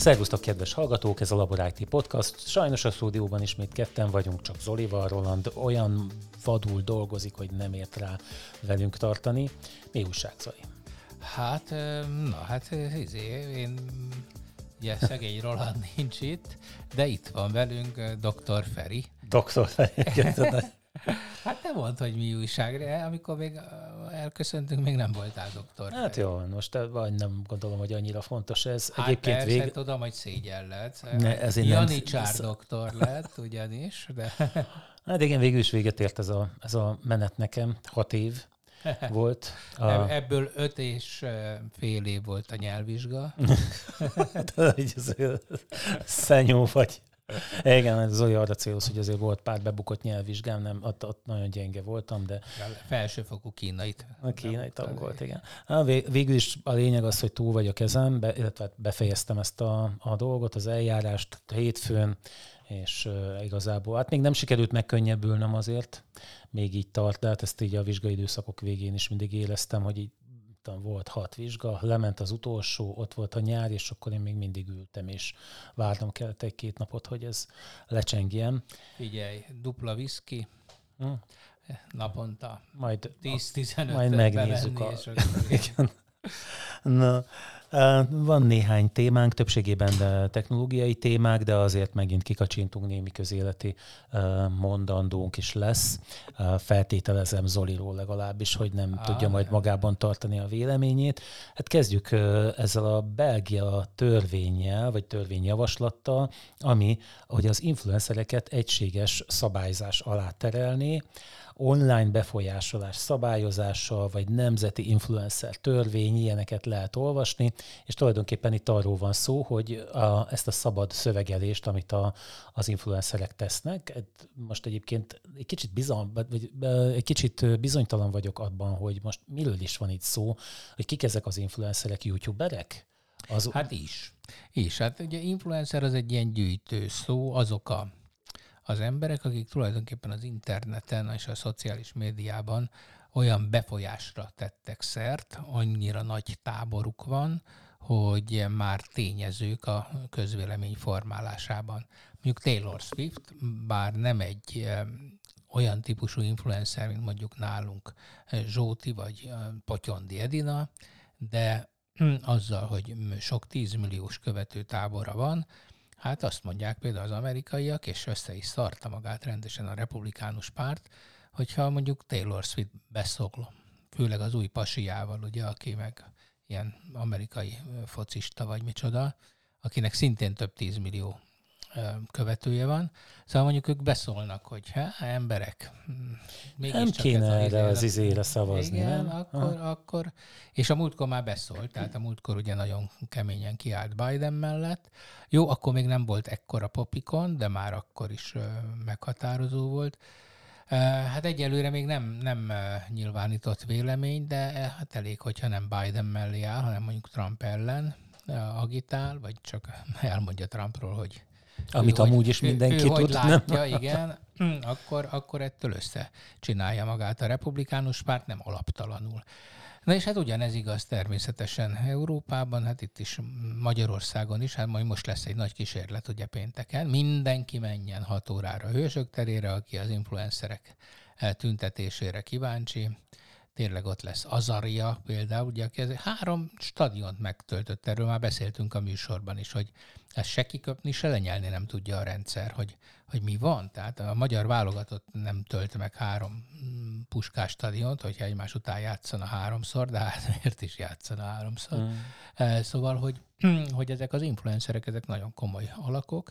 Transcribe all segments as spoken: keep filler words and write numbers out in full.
Szervusztok, kedves hallgatók, ez a Labor i té Podcast. Sajnos a stúdióban ismét ketten vagyunk, csak Zolival. Roland olyan vadul dolgozik, hogy nem ért rá velünk tartani. Mi újság, Zoli? Hát, na hát izé, én ugye szegény Roland nincs itt, de itt van velünk doktor Feri. doktor Feri. Hát nem mondd, hogy mi újság, amikor még elköszöntünk, még nem voltál doktor Hát Feri. jó, most vagy nem gondolom, hogy annyira fontos ez. Hát Egyébként persze, vég... tudom, hogy szégyelled. Ne, Janicsár nem... doktor lett ugyanis, de... Hát igen, végül is véget ért ez a, ez a menet nekem. Hat év volt. A... Ebből öt és fél év volt a nyelvvizsga. Szenyó vagy. Igen, Zoli arra céloz, hogy azért volt pár bebukott nyelvvizsgám, nem, ott, ott nagyon gyenge voltam, de... Felsőfokú kínait. A kínai tag volt, igen. Há, végül is a lényeg az, hogy túl vagy a kezem, be, illetve befejeztem ezt a, a dolgot, az eljárást hétfőn, és uh, igazából, hát még nem sikerült megkönnyebbülnöm azért, még így tart, de hát ezt így a vizsgai időszakok végén is mindig éreztem, hogy így volt hat vizsga, lement az utolsó, ott volt a nyár, és akkor én még mindig ültem, és várnom kellett egy-két napot, hogy ez lecsengjen. Figyelj, dupla viszki, hm. naponta majd tíz-tizenöt majd megnézzük a... Igen. Na, van néhány témánk, többségében technológiai témák, de azért megint kikacsintunk, némi közéleti mondandónk is lesz. Feltételezem Zoliról legalábbis, hogy nem ah, tudja majd magában tartani a véleményét. Hát kezdjük ezzel a Belgia törvénnyel, vagy törvényjavaslattal, ami hogy az influencereket egységes szabályzás alá terelné, online befolyásolás szabályozással, vagy nemzeti influencer törvény, ilyeneket lehet olvasni, és tulajdonképpen itt arról van szó, hogy a, ezt a szabad szövegelést, amit a, az influencerek tesznek, most egyébként egy kicsit, bizony, vagy egy kicsit bizonytalan vagyok abban, hogy most miről is van itt szó, hogy kik ezek az influencerek, youtuberek? Az... Hát is. is. Hát ugye influencer az egy ilyen gyűjtő szó, azok a az emberek, akik tulajdonképpen az interneten és a szociális médiában olyan befolyásra tettek szert, annyira nagy táboruk van, hogy már tényezők a közvélemény formálásában. Mondjuk Taylor Swift, bár nem egy e, olyan típusú influencer, mint mondjuk nálunk Zsóti vagy Potyondi Edina, de azzal, hogy sok tízmilliós követő tábora van, hát azt mondják például az amerikaiak, és össze is szarta magát rendesen a republikánus párt, hogyha mondjuk Taylor Swift beszól, főleg az új pasiával, ugye, aki meg ilyen amerikai focista vagy micsoda, akinek szintén több tízmillió követője van. Szóval mondjuk ők beszólnak, hogy ha, emberek, nem kéne erre az izére szavazni. Igen, nem? akkor, akkor, és a múltkor már beszólt, tehát a múltkor ugye nagyon keményen kiállt Biden mellett. Jó, akkor még nem volt ekkora popikon, de már akkor is meghatározó volt. Hát egyelőre még nem, nem nyilvánított vélemény, de hát elég, hogyha nem Biden mellé áll, hanem mondjuk Trump ellen agitál, vagy csak elmondja Trumpról, hogy amit ő, amúgy hogy, is mindenki ő, tud. Hogy látja, igen, akkor, akkor ettől össze csinálja magát a republikánus párt, nem alaptalanul. Na és hát ugyanez igaz természetesen Európában, hát itt is Magyarországon is, hát majd most lesz egy nagy kísérlet ugye pénteken. Mindenki menjen hat órára a Hősök terére, aki az influencerek tüntetésére kíváncsi. Tényleg ott lesz Azaria például, ugye, aki három stadiont megtöltött, erről már beszéltünk a műsorban is, hogy ezt se kiköpni, se lenyelni nem tudja a rendszer, hogy, hogy mi van. Tehát a magyar válogatott nem tölt meg három Puskás stadiont, hogyha egymás után játszana háromszor, de hát miért is játszana háromszor. Mm. Szóval, hogy, hogy ezek az influencerek, ezek nagyon komoly alakok,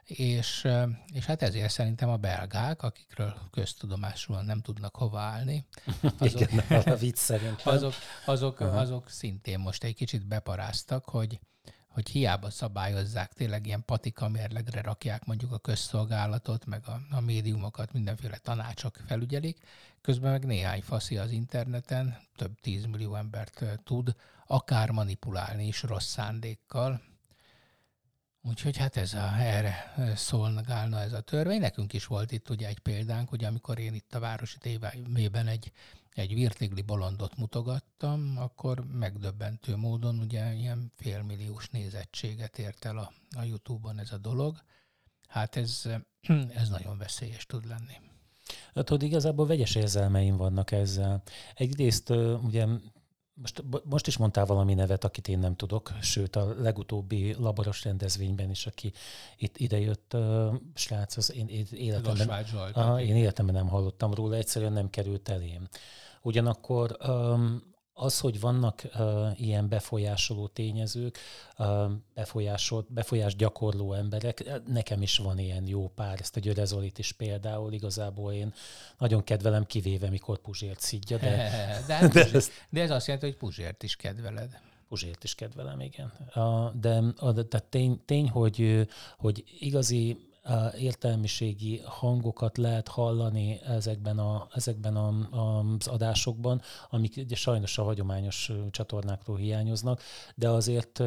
És, és hát ezért szerintem a belgák, akikről köztudomásúan nem tudnak hova állni, azok, igen, a vicc szerintem. azok, azok, azok szintén most egy kicsit beparáztak, hogy, hogy hiába szabályozzák, tényleg ilyen patika mérlegre rakják mondjuk a közszolgálatot, meg a, a médiumokat, mindenféle tanácsok felügyelik, közben meg néhány faszi az interneten, több tízmillió embert tud akár manipulálni is rossz szándékkal. Úgyhogy hát ez a, erre szolgálna ez a törvény. Nekünk is volt itt ugye egy példánk, ugye amikor én itt a Városi tévében egy, egy virtigli bolondot mutogattam, akkor megdöbbentő módon ugye ilyen félmilliós nézettséget ért el a, a YouTube-on ez a dolog. Hát ez, ez nagyon veszélyes tud lenni. Tudod, igazából vegyes érzelmeim vannak ezzel. Egyrészt ugye most, most is mondtál valami nevet, akit én nem tudok, sőt a legutóbbi laboros rendezvényben is, aki itt idejött, uh, srác, az én, én, életemben, aha, én életemben nem hallottam róla, egyszerűen nem került elém. Ugyanakkor um, az, hogy vannak uh, ilyen befolyásoló tényezők, uh, befolyásolt, befolyás gyakorló emberek, nekem is van ilyen jó pár, ezt a Győre Zolit is például, igazából én nagyon kedvelem, kivéve mikor Puzsért szidja, de... de, hát de, ez, de ez azt jelenti, hogy Puzsért is kedveled. Puzsért is kedvelem, igen. Uh, de de tény, tény hogy, hogy igazi értelmiségi hangokat lehet hallani ezekben, a, ezekben a, az adásokban, amik ugye sajnos a hagyományos csatornákról hiányoznak, de azért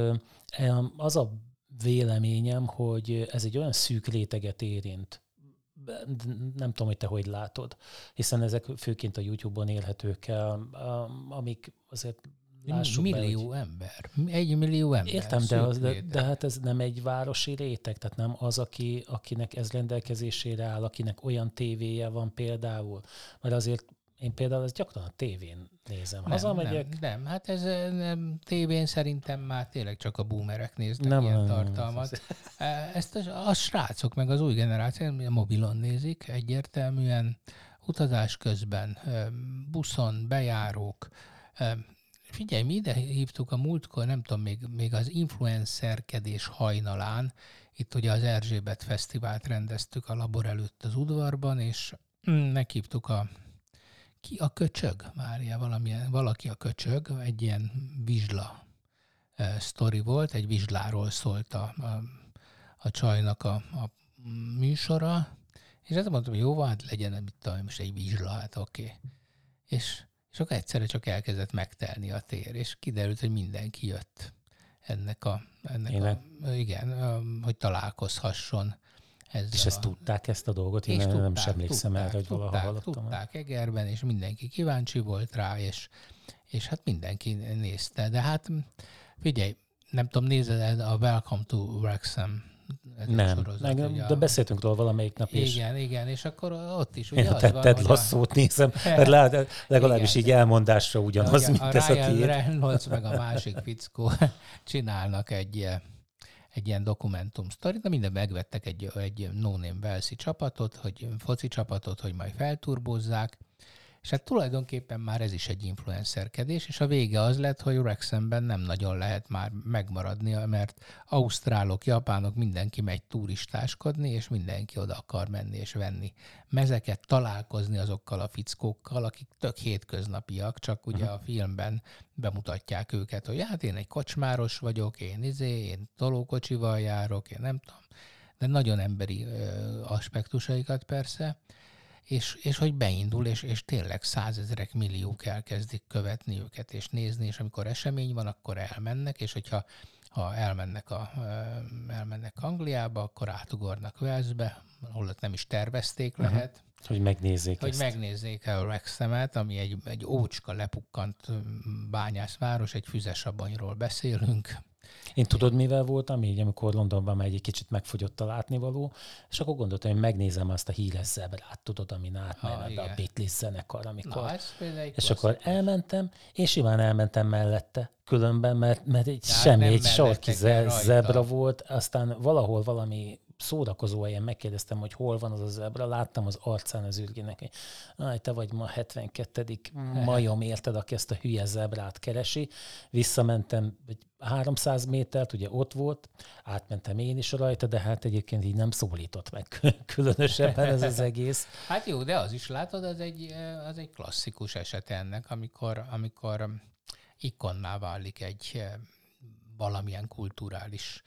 az a véleményem, hogy ez egy olyan szűk réteget érint. Nem tudom, hogy te hogy látod, hiszen ezek főként a YouTube-on érhetők el, amik azért Lássuk millió be, ember. Egy millió ember. Értem, de, az, de, de hát ez nem egy városi réteg, tehát nem az, aki, akinek ez rendelkezésére áll, akinek olyan tévéje van például. Mert azért én például ezt gyakran a tévén nézem. Nem, Hazamegyek. Nem, nem, hát ez nem, tévén szerintem már tényleg csak a boomerek néznek nem, ilyen nem, tartalmat. Nem. Ezt a, a srácok, meg az új generáció a mobilon nézik egyértelműen, utazás közben, buszon, bejárók. Figyelj, mi ide hívtuk a múltkor, nem tudom, még, még az influencerkedés hajnalán, itt ugye az Erzsébet Fesztivált rendeztük a labor előtt az udvarban, és meghívtuk a, ki a köcsög, Mária, valamilyen, valaki a köcsög, egy ilyen vizsla e, sztori volt, egy vizsláról szólt a, a, a csajnak a, a műsora, és azt mondtam, hogy jó, hát legyen itt most egy vizsla, hát oké. Okay. És És akkor egyszerre csak elkezdett megtelni a tér, és kiderült, hogy mindenki jött ennek a, ennek a igen, hogy találkozhasson ezzel. És ezt a... tudták, ezt a dolgot? Én tudták, nem sem emlékszem erre, hogy valaha tudták, hallottam. Tudták Egerben, és mindenki kíváncsi volt rá, és, és hát mindenki nézte. De hát figyelj, nem tudom, nézed a Welcome to Wrexham. Nem, sorozat, meg, de a... beszéltünk róla valamelyik nap is. Igen, igen, és akkor ott is ugye én az a van, Ted Lasszót a... nézem, mert legalábbis igen, így elmondásra ugyanaz, mint a ez a Ryan tiéd. Reynolds meg a másik fickó csinálnak egy, egy ilyen dokumentum sztorit, de minden megvettek egy, egy no-name Walesi csapatot, hogy foci csapatot, hogy majd felturbozzák, és hát tulajdonképpen már ez is egy influencerkedés, és a vége az lett, hogy Wrexhamben nem nagyon lehet már megmaradni, mert ausztrálok, japánok, mindenki megy turistáskodni, és mindenki oda akar menni és venni mezeket, találkozni azokkal a fickókkal, akik tök hétköznapiak, csak ugye uh-huh. a filmben bemutatják őket, hogy hát én egy kocsmáros vagyok, én izé, én tolókocsival járok, én nem tudom, de nagyon emberi ö, aspektusaikat persze, És, és hogy beindul, és, és tényleg százezrek, milliók elkezdik követni őket, és nézni, és amikor esemény van, akkor elmennek, és hogyha ha elmennek, a, elmennek Angliába, akkor átugornak Walesbe, ahol ott nem is tervezték lehet. Uh-huh. Hogy megnézzék Hogy ezt. megnézzék el Wrexhamet, ami egy, egy ócska lepukkant bányászváros, egy füzesabonyról beszélünk. Én tudod, mivel voltam így, amikor Londonban már egy kicsit megfogyott a látnivaló, és akkor gondoltam, hogy megnézem azt a híres zebrát, tudod, amin átment a Beatles zenekar, amikor... Na, és klasszik. Akkor elmentem, és simán elmentem mellette, különben, mert, mert egy hát semmi, egy sarki zebra volt, aztán valahol valami szórakozó helyen megkérdeztem, hogy hol van az a zebra, láttam az arcán az ürgének, hogy aj, te vagy ma hetvenkettedik majom, érted, aki ezt a hülye zebrát keresi. Visszamentem egy háromszáz métert, ugye ott volt, átmentem én is rajta, de hát egyébként így nem szólított meg különösebben ez az egész. Hát jó, de az is látod, az egy, az egy klasszikus eset ennek, amikor, amikor ikonná válik egy valamilyen kulturális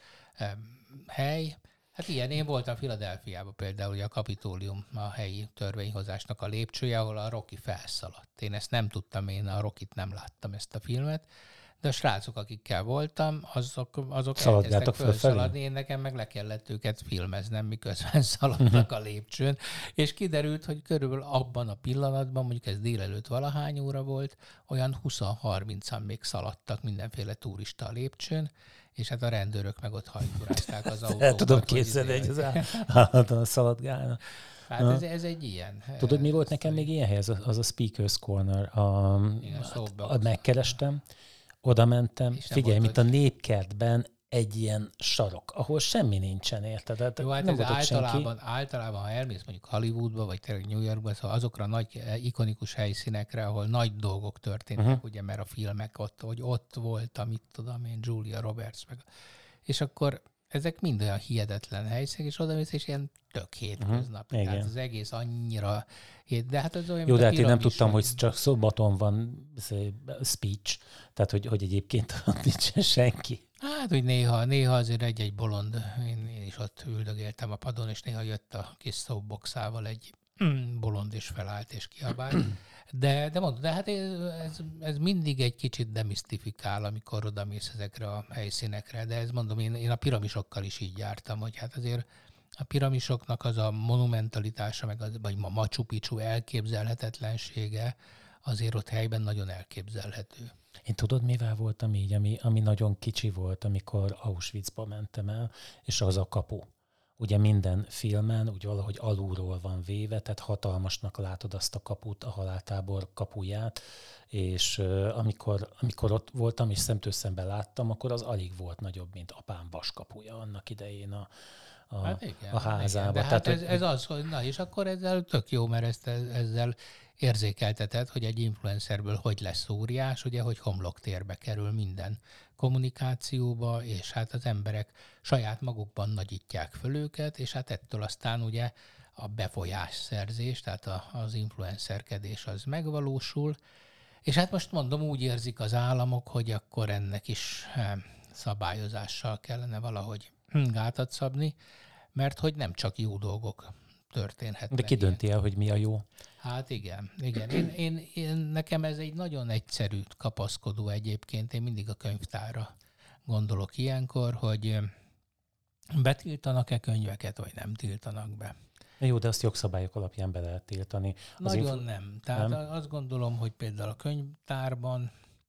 hely. Hát ilyen, én voltam Philadelphiában például, ugye a Kapitólium a helyi törvényhozásnak a lépcsője, ahol a Rocky felszaladt. Én ezt nem tudtam, én a Rockit nem láttam, ezt a filmet, de a srácok, akikkel voltam, azok, azok Szaladgáltak elkezdtek felszaladni, én nekem meg le kellett őket filmeznem, miközben szaladtak a lépcsőn, és kiderült, hogy körülbelül abban a pillanatban, mondjuk ez délelőtt valahány óra volt, olyan húsz-harmincan még szaladtak mindenféle turista a lépcsőn, és hát a rendőrök meg ott hajkurázták az autókat. El tudom képzelni, hogy az állandóan szaladgálnak. Hát ez, ez egy ilyen. Tudod, mi volt nekem még ilyen hely? Az a, az a Speaker's Corner. A, igen, a, a, megkerestem, oda mentem. Figyelj, mint hogy... a Népkertben egy ilyen sarok, ahol semmi nincsen, érted? Tehát jó, hát nem ez általában, általában, ha elmész mondjuk Hollywoodba, vagy tényleg New Yorkba, szóval azokra a nagy ikonikus helyszínekre, ahol nagy dolgok történtek, uh-huh. ugye, mert a filmek ott, hogy ott volt, amit tudom én, Julia Roberts, meg, és akkor ezek mind olyan hihetetlen helyszínek, és oda mész, és ilyen tök hétköznapi. Uh-huh. Tehát az egész annyira... De hát az olyan, jó, de hát én nem tudtam, hogy csak szombaton van speech, tehát hogy, hogy egyébként ott nincsen senki. Hát, hogy néha, néha azért egy-egy bolond, én, én is ott üldögéltem a padon, és néha jött a kis soapboxával egy bolond, és felállt, és kiabált. De, de mondom, de hát ez, ez mindig egy kicsit demisztifikál, amikor odamész ezekre a helyszínekre, de ez mondom, én, én a piramisokkal is így jártam, hogy hát azért a piramisoknak az a monumentalitása, meg az, vagy a Machu Picchu elképzelhetetlensége azért ott helyben nagyon elképzelhető. Én tudod, mivel voltam így, ami, ami nagyon kicsi volt, amikor Auschwitzba mentem el, és az a kapu. Ugye minden filmen úgy valahogy alulról van véve, tehát hatalmasnak látod azt a kaput, a haláltábor kapuját, és uh, amikor, amikor ott voltam, és szemtől szemben láttam, akkor az alig volt nagyobb, mint apám vaskapuja annak idején a, a, hát igen, a házában. Igen, de hát tehát, ez, ez az, hogy na, és akkor ezzel tök jó, mert ezt, ezzel érzékelteted, hogy egy influencerből hogy lesz óriás, ugye, hogy homloktérbe kerül minden kommunikációba, és hát az emberek saját magukban nagyítják föl őket, és hát ettől aztán ugye a befolyásszerzés, tehát a, az influencerkedés az megvalósul, és hát most mondom, úgy érzik az államok, hogy akkor ennek is szabályozással kellene valahogy gátat szabni, mert hogy nem csak jó dolgok történhetnek. De ki dönti el, hogy mi a jó? Hát igen, igen. Én, én, én, nekem ez egy nagyon egyszerű kapaszkodó egyébként. Én mindig a könyvtárra gondolok ilyenkor, hogy betiltanak-e könyveket, vagy nem tiltanak be. Jó, de azt jogszabályok alapján be lehet tiltani. Az nagyon inf- nem. Tehát nem? azt gondolom, hogy például a könyvtárban,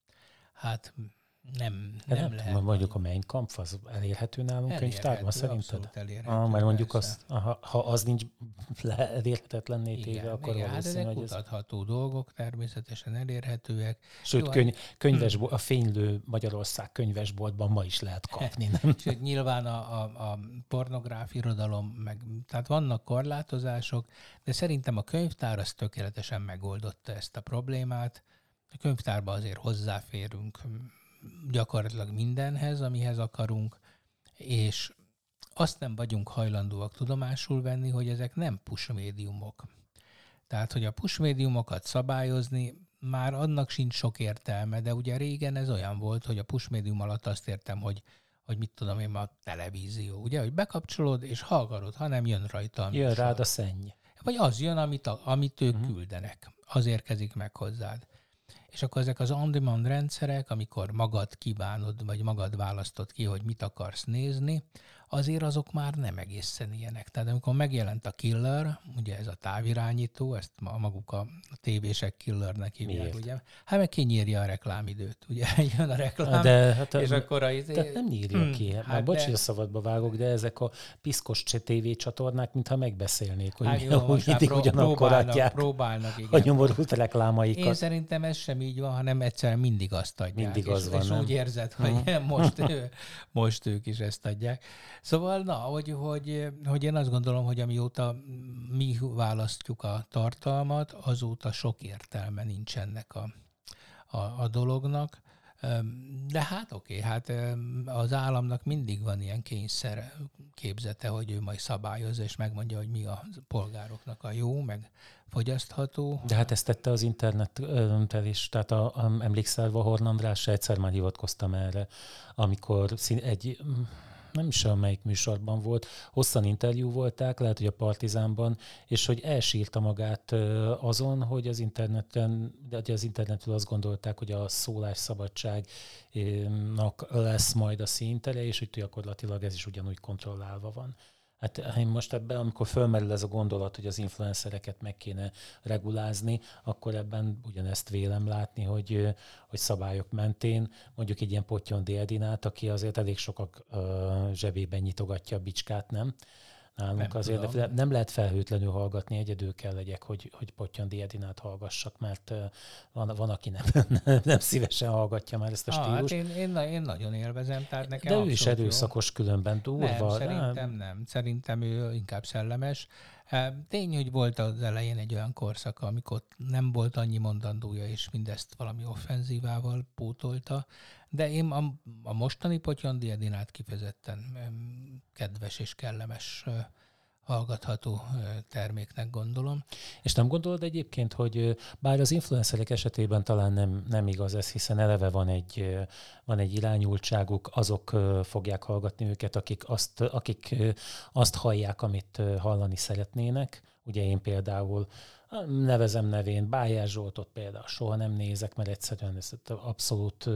hát nem, nem, nem lehet. Mondjuk a Mein Kampf az elérhető nálunk elérhető, könyvtárban szerinted? Ah, mert mondjuk az, ha, ha az nincs elérhetetlenné téve, akkor igen, valószínű, hát ezek hogy kutatható ez... dolgok, természetesen elérhetőek. Sőt, Jó, könyv, könyvesbolt, a Fénylő Magyarország könyvesboltban ma is lehet kapni, nem? Sőt, nyilván a, a, a pornográf irodalom, meg, tehát vannak korlátozások, de szerintem a könyvtár az tökéletesen megoldotta ezt a problémát. A könyvtárban azért hozzáférünk gyakorlatilag mindenhez, amihez akarunk, és azt nem vagyunk hajlandóak tudomásul venni, hogy ezek nem push médiumok. Tehát, hogy a push médiumokat szabályozni, már annak sincs sok értelme, de ugye régen ez olyan volt, hogy a push médium alatt azt értem, hogy, hogy mit tudom én, a televízió, ugye, hogy bekapcsolod és hallgatod, hanem jön rajta. Jön rád a szenny. Vagy az jön, amit, a, amit ők uh-huh. küldenek. Az érkezik meg hozzád. És akkor ezek az on-demand rendszerek, amikor magad kívánod, vagy magad választod ki, hogy mit akarsz nézni, azért azok már nem egészen ilyenek. Tehát amikor megjelent a Killer, ugye ez a távirányító, ezt ma maguk a tévések Killernek hívják, miért? Ugye? Hát meg kinyírja a reklámidőt, ugye? Jön a reklám, de, hát és a, akkor a... Tehát nem nyírja hmm, ki. Hát bocs, hogy a szabadba vágok, de ezek a piszkos tévécsatornák, mintha megbeszélnék, hogy hát jó, mi, mindig pró- ugyanakkor adják próbálnak, igen. a nyomorult reklámaikat. Én szerintem ez sem így van, hanem egyszerűen mindig azt adják. Mindig az és, van, és nem? úgy érzed, hogy uh-huh. most, most ők is ezt adják. Szóval, na, hogy, hogy, hogy én azt gondolom, hogy amióta mi választjuk a tartalmat, azóta sok értelme nincs ennek a, a, a dolognak. De hát oké, hát az államnak mindig van ilyen kényszer képzete, hogy ő majd szabályozza, és megmondja, hogy mi a polgároknak a jó, meg fogyasztható. De hát ezt tette az internettel is, tehát a, a, emlékszel, Vahorn Andrásra egyszer már hivatkoztam erre, amikor szín, egy nem is tudom, melyik műsorban volt, hosszan interjú volták, lehet, hogy a Partizánban, és hogy elsírta magát azon, hogy az interneten, de az internetről azt gondolták, hogy a szólásszabadságnak lesz majd a színtere, és hogy gyakorlatilag ez is ugyanúgy kontrollálva van. Hát én most ebben, amikor fölmerül ez a gondolat, hogy az influencereket meg kéne regulázni, akkor ebben ugyanezt vélem látni, hogy, hogy szabályok mentén mondjuk egy ilyen Pottyondi Edinát, aki azért elég sokak uh, zsebében nyitogatja a bicskát, nem? Nálunk nem azért de nem lehet felhőtlenül hallgatni, egyedül kell legyek, hogy, hogy Pottyondi Edinát hallgassak, mert uh, van, van, aki nem, nem szívesen hallgatja már ezt a stílust. Ah, hát én, én, én nagyon élvezem, tehát nekem de ő is erőszakos, jó. Különben durva. Nem, szerintem nem. Szerintem ő inkább szellemes. Tény, hogy volt az elején egy olyan korszak, amikor nem volt annyi mondandója, és mindezt valami offenzívával pótolta, de én a, a mostani Pottyondi Edinát kifejezetten kedves és kellemes hallgatható terméknek gondolom. És nem gondolod egyébként, hogy bár az influencerek esetében talán nem, nem igaz ez, hiszen eleve van egy, van egy irányultságuk, azok fogják hallgatni őket, akik azt, akik azt hallják, amit hallani szeretnének. Ugye én például nevezem nevén, Bájár Zsoltot például soha nem nézek, mert egyszerűen ez abszolút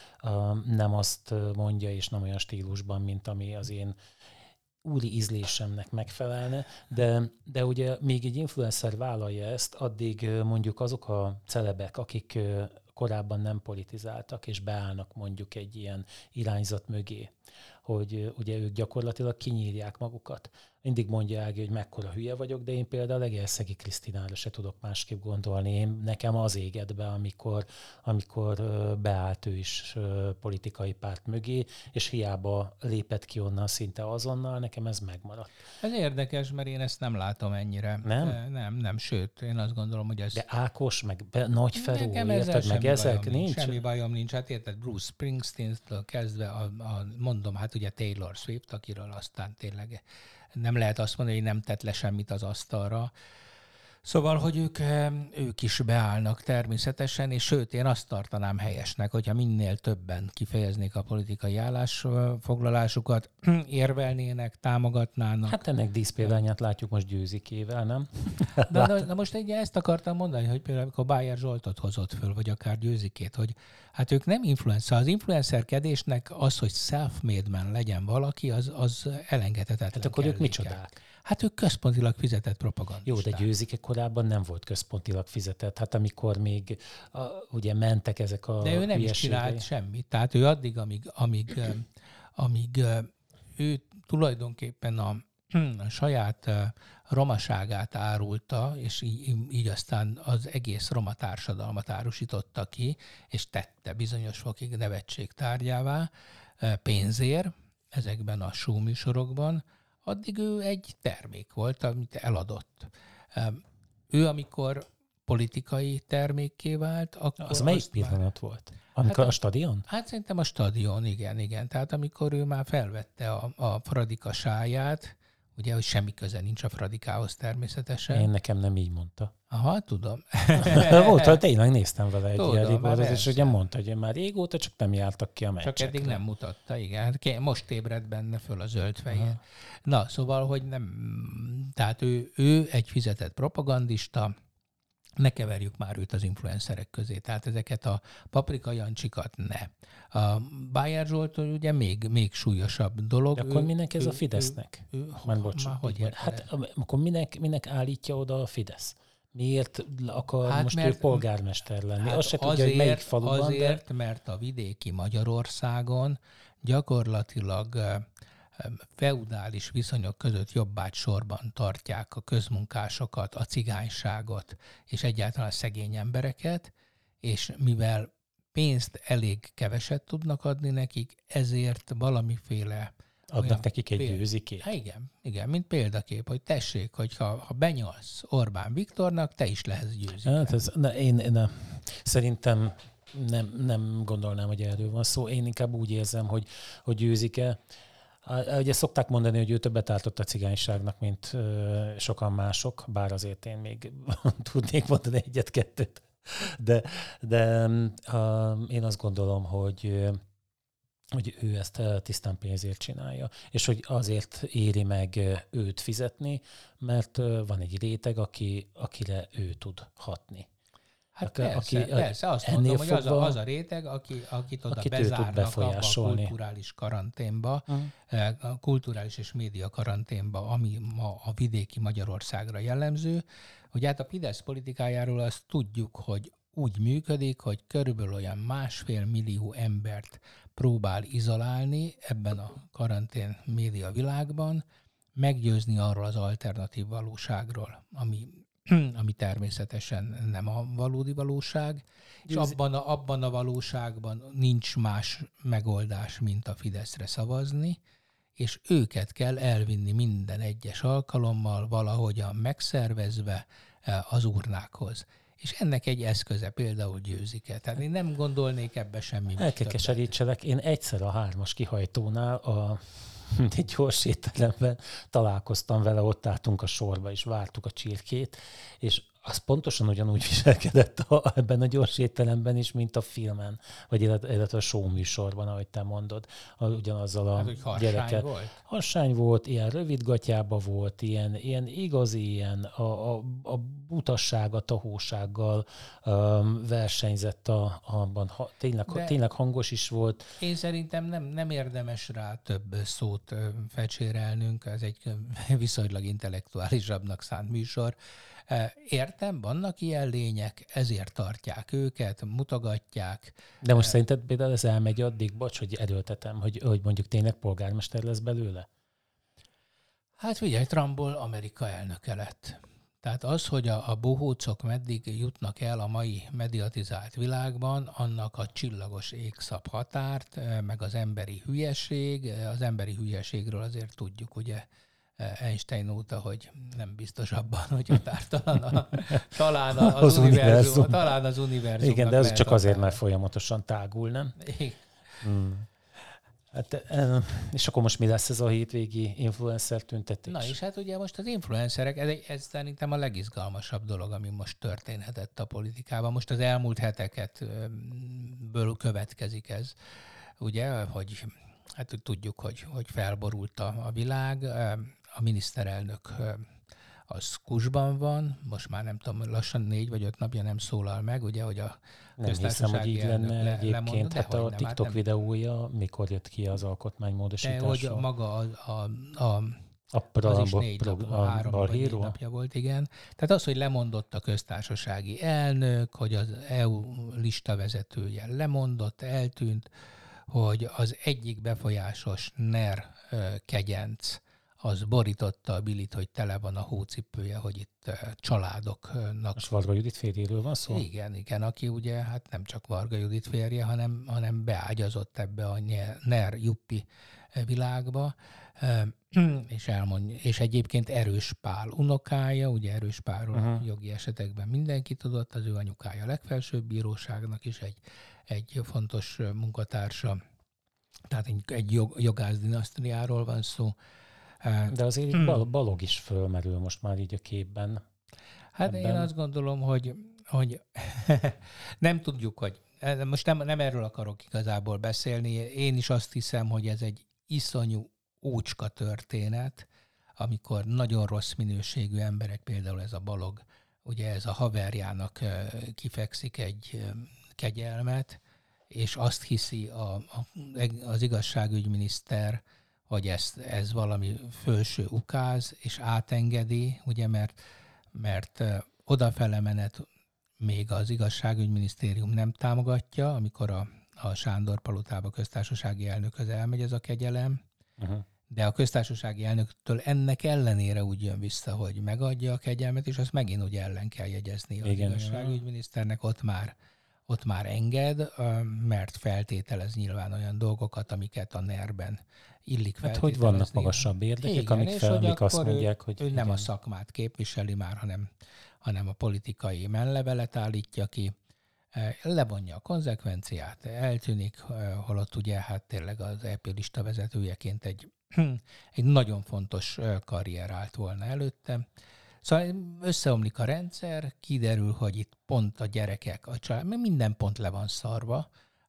nem azt mondja, és nem olyan stílusban, mint ami az én úri ízlésemnek megfelelne, de, de ugye még egy influencer vállalja ezt, addig mondjuk azok a celebek, akik korábban nem politizáltak, és beállnak mondjuk egy ilyen irányzat mögé, hogy ugye ők gyakorlatilag kinyírják magukat. Mindig mondja Ági, hogy mekkora hülye vagyok, de én például a Legelszegi Krisztinára se tudok másképp gondolni. Én, nekem az égett be, amikor, amikor beállt ő is politikai párt mögé, és hiába lépett ki onnan szinte azonnal, nekem ez megmaradt. Ez érdekes, mert én ezt nem látom ennyire. Nem? Nem, nem, sőt, én azt gondolom, hogy ez... De Ákos, meg be, Nagy Feró, nekem érted, meg ezek nincs? Semmi bajom nincs, hát érted, Bruce Springsteen-től kezdve, a, a, mondom, hát ugye Taylor Swift, akiről aztán tényleg nem lehet azt mondani, hogy nem tett le semmit az asztalra. Szóval, hogy ők, ők is beállnak természetesen, és sőt, én azt tartanám helyesnek, hogyha minél többen kifejeznék a politikai állásfoglalásukat, érvelnének, támogatnának. Hát ennek díszpéldányát látjuk most Győzikével, nem? De na, na most ugye ezt akartam mondani, hogy például amikor Bájár Zsoltot hozott föl, vagy akár Győzikét, hogy hát ők nem influencer. Az influencerkedésnek az, hogy self-made man legyen valaki, az, az elengedhetetlen. Hát akkor ők micsodák? Hát ők központilag fizetett propagandisták. Jó, de Győzike korábban nem volt központilag fizetett. Hát amikor még a, ugye mentek ezek a de ő nem is csinált semmit. Tehát ő addig, amíg, amíg, amíg ő tulajdonképpen a, a saját romaságát árulta, és így, így aztán az egész roma társadalmat árusította ki, és tette bizonyos fokig nevetség tárgyává pénzért ezekben a show műsorokban, addig ő egy termék volt, amit eladott. Ő, amikor politikai termékké vált, akkor... Az melyik pillanat már... volt? Amikor hát a, a stadion? Hát szerintem a stadion, igen, igen. Tehát amikor ő már felvette a, a Fradika sáját, ugye, hogy semmi köze nincs a Fradikához természetesen. Én nekem nem így mondta. Aha, tudom. Volt, hogy tényleg néztem vele egy tudom, ilyen riportot, és ugye mondta, hogy már régóta csak nem jártak ki a meccsekre. Csak eddig nem mutatta, igen. Most ébredt benne föl a zöld fején. Na, szóval, hogy nem... Tehát ő, ő egy fizetett propagandista, ne keverjük már őt az influencerek közé. Tehát ezeket a Paprika Jancsikat ne. A Bájár Zsolt ugye még, még súlyosabb dolog. De akkor ő, minek ez ő, a Fidesznek? Ő, ő, már bocsánat, már hogy hát akkor minek, minek állítja oda a Fidesz? Miért akar hát most mert, ő polgármester lenni? Hát azt se tudja, azért, hogy melyik faluban, azért, de... mert a vidéki Magyarországon gyakorlatilag feudális viszonyok között jobbágy sorban tartják a közmunkásokat, a cigányságot és egyáltalán a szegény embereket, és mivel pénzt elég keveset tudnak adni nekik, ezért valamiféle... Adnak nekik egy péld... Győzikét. Hát igen, igen, mint példakép, hogy tessék, hogy ha, ha benyalsz Orbán Viktornak, te is lehetsz Győzike. Hát ez, ne, én, én szerintem nem, nem gondolnám, hogy erről van szó. Én inkább úgy érzem, hogy, hogy Győzike. Ugye szokták mondani, hogy ő többet ártott a cigányságnak, mint ö, sokan mások, bár azért én még tudnék mondani egyet-kettőt. De, de uh, én azt gondolom, hogy hogy ő ezt tisztán pénzért csinálja, és hogy azért éri meg őt fizetni, mert van egy réteg, aki, akire ő tud hatni. Hát aki, persze, aki, persze, azt mondom, hogy az a, az a réteg, aki, akit oda akit bezárnak abba a kulturális karanténba, uh-huh. a kulturális és média karanténba, ami ma a vidéki Magyarországra jellemző, hogy hát a Fidesz politikájáról azt tudjuk, hogy úgy működik, hogy körülbelül olyan másfél millió embert próbál izolálni ebben a karantén média világban, meggyőzni arról az alternatív valóságról, ami, ami természetesen nem a valódi valóság, és abban a, abban a valóságban nincs más megoldás, mint a Fideszre szavazni, és őket kell elvinni minden egyes alkalommal valahogyan megszervezve az urnákhoz. És ennek egy eszköze például győzik-e. Tehát én nem gondolnék ebbe semmi. El kell keserítselek. Én egyszer a hármas kihajtónál a egy gyors étteremben találkoztam vele, ott álltunk a sorba, és vártuk a csirkét, és az pontosan ugyanúgy viselkedett a, ebben a gyors étteremben is, mint a filmen, vagy illetve a show műsorban, ahogy te mondod. Ugyanazzal a hát, gyereke. Volt? Harsány volt, ilyen rövidgatyába volt, ilyen, ilyen igazi, ilyen a, a, a butasság, a tahósággal um, versenyzett a, abban. Ha, tényleg, tényleg hangos is volt. Én szerintem nem, nem érdemes rá több szót fecsérelnünk, ez egy viszonylag intellektuálisabbnak szánt műsor. Értem, vannak ilyen lények, ezért tartják őket, mutogatják. De most szerinted például ez elmegy addig, bocs, hogy erőltetem, hogy, hogy mondjuk tényleg polgármester lesz belőle? Hát figyelj, Trumpból Amerika elnöke lett. Tehát az, hogy a, a bohócok meddig jutnak el a mai mediatizált világban, annak a csillagos égszab határt, meg az emberi hülyeség, az emberi hülyeségről azért tudjuk, ugye, Einstein óta, hogy nem biztos abban, hogy határtalan a, talán az, az univerzum. Talán az univerzum. Igen, de ez csak azért, mert folyamatosan tágul, nem? Igen. Hmm. Hát, és akkor most mi lesz ez a hétvégi influencer tüntetés? Na és hát ugye most az influencerek, ez, ez szerintem a legizgalmasabb dolog, ami most történhetett a politikában. Most az elmúlt heteketből következik ez, ugye, hogy hát tudjuk, hogy, hogy felborult a, a világ. A miniszterelnök az kusban van, most már nem tudom, lassan négy vagy öt napja nem szólal meg, ugye, hogy a nem hiszem, hogy így lenne le, egyébként. Hát a TikTok nem, videója, mikor jött ki az alkotmánymódosításra. De hogy maga a, a, a A pra, az is négy pro, nap, a három vagy négy napja volt, igen. Tehát az, hogy lemondott a köztársasági elnök, hogy az é u listavezetője lemondott, eltűnt, hogy az egyik befolyásos NER kegyenc, az borította a bilit, hogy tele van a hócipője, hogy itt családoknak... Most Varga Judit férjéről van szó? Igen, igen, aki ugye hát nem csak Varga Judit férje, hanem, hanem beágyazott ebbe a NER juppi világba, és, elmondja, és egyébként Erős Pál unokája, ugye Erős Pálról uh-huh. jogi esetekben mindenki tudott, az ő anyukája a legfelsőbb bíróságnak is egy, egy fontos munkatársa, tehát egy, egy jog, jogász dinasztriáról van szó. De azért hmm. bal, Balog is fölmerül most már így a képben. Hát ebben. Én azt gondolom, hogy, hogy nem tudjuk, hogy most nem, nem erről akarok igazából beszélni. Én is azt hiszem, hogy ez egy iszonyú ócska történet, amikor nagyon rossz minőségű emberek, például ez a Balog, ugye ez a haverjának kifekszik egy kegyelmet, és azt hiszi a, a, az igazságügyminiszter, hogy ez, ez valami fölső ukáz, és átengedi, ugye, mert, mert odafele menet még az igazságügyminisztérium nem támogatja, amikor a, a Sándor palotába köztársasági elnökhöz elmegy ez a kegyelem, uh-huh. de a köztársasági elnöktől ennek ellenére úgy jön vissza, hogy megadja a kegyelmet, és azt megint ugye ellen kell jegyezni az igen, igazságügyminiszternek, ott már ott már enged, mert feltételez nyilván olyan dolgokat, amiket a NER-ben illik feltételezni. Hát, hogy vannak magasabb érdekek, igen, amik, fel, amik azt mondják, ő, hogy... Ő nem a szakmát képviseli már, hanem, hanem a politikai menlevelet állítja ki, levonja a konzekvenciát, eltűnik, holott ugye hát tényleg az é pé lista vezetőjeként egy, egy nagyon fontos karrier állt volna előtte. Szóval összeomlik a rendszer, kiderül, hogy itt pont a gyerekek, a család, mert minden pont le van szarva,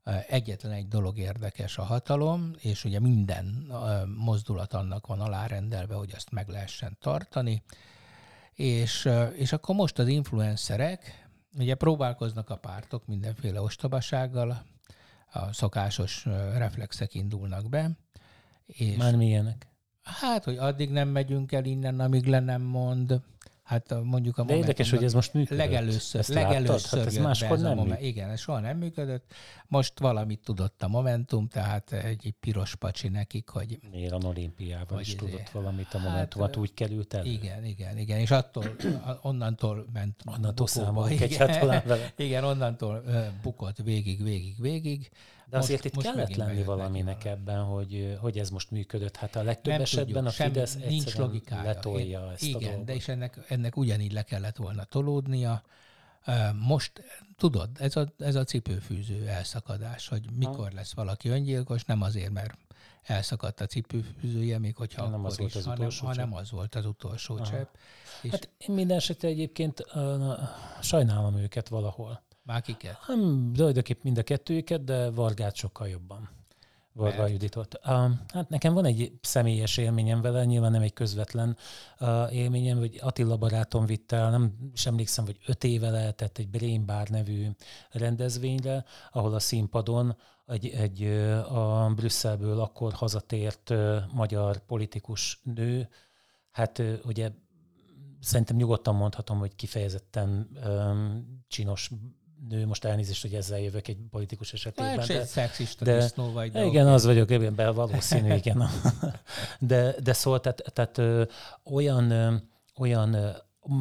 egyetlen egy dolog érdekes, a hatalom, és ugye minden mozdulat annak van alárendelve, hogy azt meg lehessen tartani, és, és akkor most az influencerek, ugye próbálkoznak a pártok mindenféle ostobasággal, a szokásos reflexek indulnak be. És már milyenek? Hát, hogy addig nem megyünk el innen, amíg le nem mond. Hát mondjuk a de érdekes, hogy ez most működött. Legelőször, ezt legelőször hát ez jött máskor be ez nem a Momentum. Igen, ez soha nem működött. Most valamit tudott a Momentum, tehát egy, egy piros pacsi nekik, hogy... Milan olimpiával is izé, tudott valamit a Momentumot, hát, úgy került el. Igen, igen, igen. És attól, onnantól ment Onnantól számolunk egyet talán vele. Igen, onnantól bukott végig, végig, végig. De most, azért itt most kellett lenni valaminek ebben, hogy, hogy ez most működött. Hát a legtöbb nem esetben tudjuk, a Fidesz nincs logikája. letolja Én, ezt igen, a dolgot. De és ennek, ennek ugyanígy le kellett volna tolódnia. Most tudod, ez a, ez a cipőfűző elszakadás, hogy mikor ha. lesz valaki öngyilkos, nem azért, mert elszakadt a cipőfűzője, még hogyha nem akkor az volt is, az hanem, hanem az volt az utolsó Aha. csepp. És hát én minden esetre egyébként uh, sajnálom őket valahol. Mákiket? Nem, tulajdonképpen mind a kettőjüket, de Vargát sokkal jobban. Varga Juditot. Uh, hát nekem van egy személyes élményem vele, nyilván nem egy közvetlen uh, élményem, hogy Attila barátom vitt el, nem is emlékszem, hogy öt éve lehetett egy Brain Bar nevű rendezvényre, ahol a színpadon egy, egy a Brüsszelből akkor hazatért uh, magyar politikus nő, hát uh, ugye szerintem nyugodtan mondhatom, hogy kifejezetten um, csinos nő, most elnézést, hogy ezzel jövök egy politikus esetében. Hát, de, egy szexista de, disznó vagy. De igen, okay. Az vagyok, ebben valószínű, igen. De, de szóval, tehát, tehát ö, olyan, ö, olyan ö,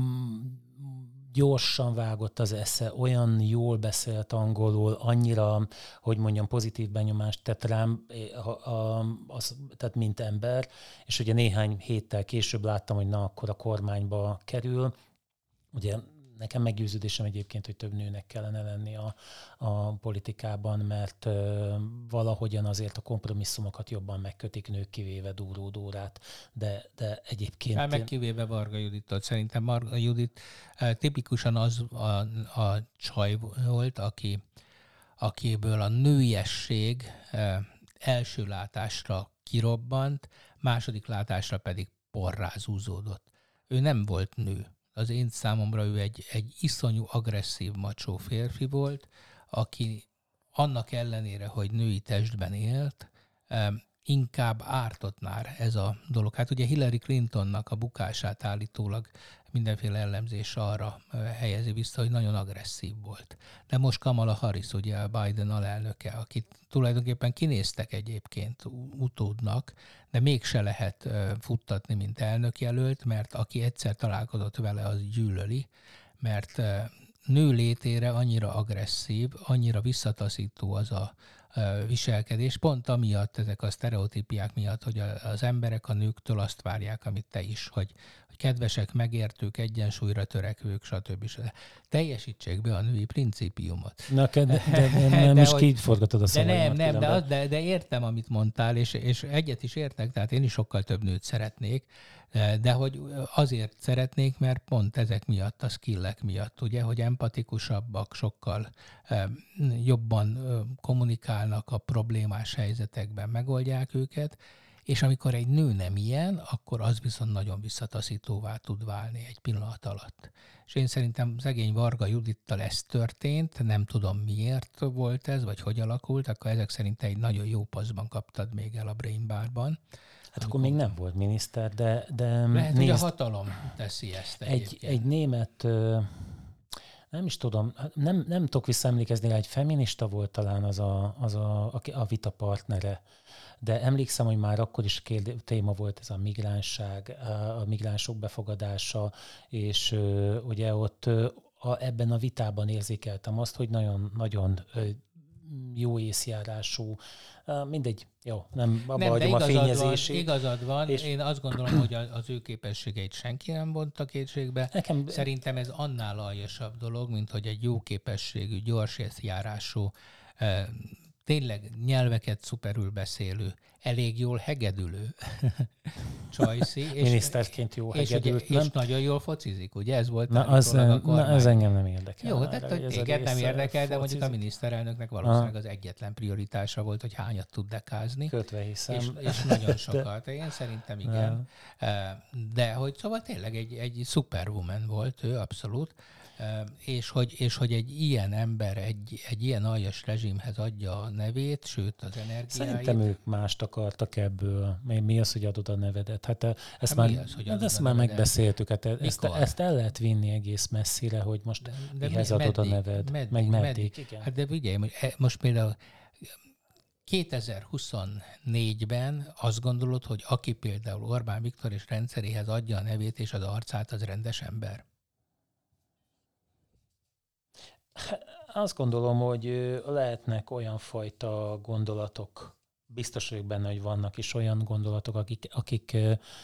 gyorsan vágott az esze, olyan jól beszélt angolul, annyira, hogy mondjam, pozitív benyomást tett rám, a, a, az, tehát mint ember, és ugye néhány héttel később láttam, hogy na, akkor a kormányba kerül. Ugye nekem meggyőződésem egyébként, hogy több nőnek kellene lenni a, a politikában, mert ö, valahogyan azért a kompromisszumokat jobban megkötik nők, kivéve Dúró Dórát, de, de egyébként... Hát meg kivéve Varga Juditot. Szerintem Varga Judit tipikusan az a, a csaj volt, aki, akiből a nőiesség első látásra kirobbant, második látásra pedig porrá zúzódott. Ő nem volt nő. Az én számomra ő egy, egy iszonyú agresszív macsó férfi volt, aki annak ellenére, hogy női testben élt, inkább ártott már ez a dolog. Hát ugye Hillary Clintonnak a bukását állítólag mindenféle ellenzés arra helyezi vissza, hogy nagyon agresszív volt. De most Kamala Harris, ugye a Biden alelnöke, akit tulajdonképpen kinéztek egyébként utódnak, de mégse lehet futtatni, mint elnökjelölt, mert aki egyszer találkozott vele, az gyűlöli, mert nő létére annyira agresszív, annyira visszataszító az a viselkedés, pont amiatt, ezek a sztereotípiák miatt, hogy az emberek a nőktől azt várják, amit te is, hogy, hogy kedvesek, megértők, egyensúlyra törekvők, stb. Teljesítsék be a női principiumot. Na, de, de, de, de, de most így forgatod a szavaimat. De nem, nem, de, az, de, de értem, amit mondtál, és, és egyet is értek, tehát én is sokkal több nőt szeretnék, de hogy azért szeretnék, mert pont ezek miatt, a skillek miatt, ugye, hogy empatikusabbak, sokkal jobban kommunikálnak a problémás helyzetekben, megoldják őket, és amikor egy nő nem ilyen, akkor az viszont nagyon visszataszítóvá tud válni egy pillanat alatt. És én szerintem szegény Varga Judittal ez történt, nem tudom miért volt ez, vagy hogy alakult, akkor ezek szerint egy nagyon jó paszban kaptad még el a Brain Barban. Hát akkor még nem volt miniszter, de... de lehet, nézd, hogy a hatalom teszi ezt egy, egy német, nem is tudom, nem, nem tudok visszaemlékezni rá, egy feminista volt talán az a, az a, a vita partnere, de emlékszem, hogy már akkor is kérdé, téma volt ez a migránság, a migránsok befogadása, és ugye ott a, ebben a vitában érzékeltem azt, hogy nagyon, nagyon jó észjárású, mindegy, jó, nem abba hagyom a fényezését. Van, igazad van, és én azt gondolom, hogy az ő képességeit senki nem vonta kétségbe. Nekem... Szerintem ez annál aljasabb dolog, mint hogy egy jó képességű, gyors észjárású, tényleg nyelveket szuperül beszélő, elég jól hegedülő Csajci. És, miniszterként jó és, hegedült, ugye, és nagyon jól focizik, ugye? Ez volt na, az, a na ez engem nem érdekel. Jó, de hogy téged nem érdekel, de mondjuk a miniszterelnöknek valószínűleg az egyetlen prioritása volt, hogy hányat tud dekázni. Kötve hiszem. És, és nagyon sokat. Én szerintem igen. Nem. De hogy szóval tényleg egy, egy superwoman volt ő, abszolút. És hogy, és hogy egy ilyen ember egy, egy ilyen aljas rezsimhez adja a nevét, sőt az energiáit. Szerintem ők mást akartak ebből. Mi, mi az, hogy adod a nevedet? Hát ezt hát már, az, hogy ezt már megbeszéltük. Hát ezt, ezt el lehet vinni egész messzire, hogy most de, de mihez mi, adod meddig, a neved. Meddig, meg meddig. meddig. Igen. Hát de figyelj, most például kétezer-huszonnégyben azt gondolod, hogy aki például Orbán Viktor és rendszeréhez adja a nevét és az arcát, az rendes ember? Azt gondolom, hogy lehetnek olyan fajta gondolatok, biztos vagyok benne, hogy vannak is olyan gondolatok, akik, akik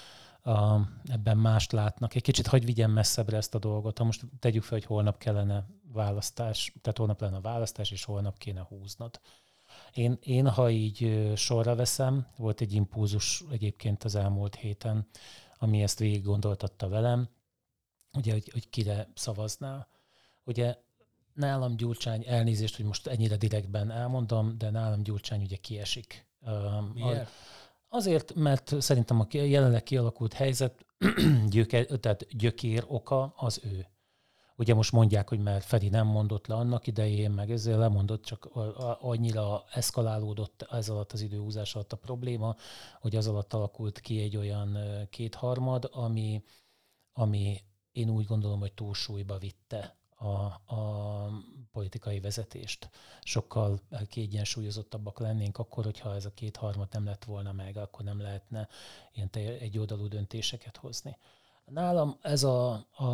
a, ebben mást látnak. Egy kicsit hagyj vigyem messzebbre ezt a dolgot. Ha most tegyük fel, hogy holnap kellene választás, tehát holnap lenne a választás, és holnap kéne húznod. Én, én, ha így sorra veszem, volt egy impulzus egyébként az elmúlt héten, ami ezt végig gondoltatta velem, ugye, hogy, hogy kire szavaznál. Ugye nálam Gyurcsány, elnézést, hogy most ennyire direktben elmondom, de nálam Gyurcsány ugye kiesik. Miért? Azért, mert szerintem a jelenleg kialakult helyzet, gyöke, tehát gyökér oka az ő. Ugye most mondják, hogy mert Feri nem mondott le annak idején, meg ezzel lemondott, csak annyira eszkalálódott ez alatt az időhúzás alatt a probléma, hogy az alatt alakult ki egy olyan kétharmad, ami, ami én úgy gondolom, hogy túlsúlyba vitte A, a politikai vezetést. Sokkal kiegyensúlyozottabbak lennénk akkor, hogyha ez a kétharmad nem lett volna meg, akkor nem lehetne ilyen egyoldalú döntéseket hozni. Nálam ez a, a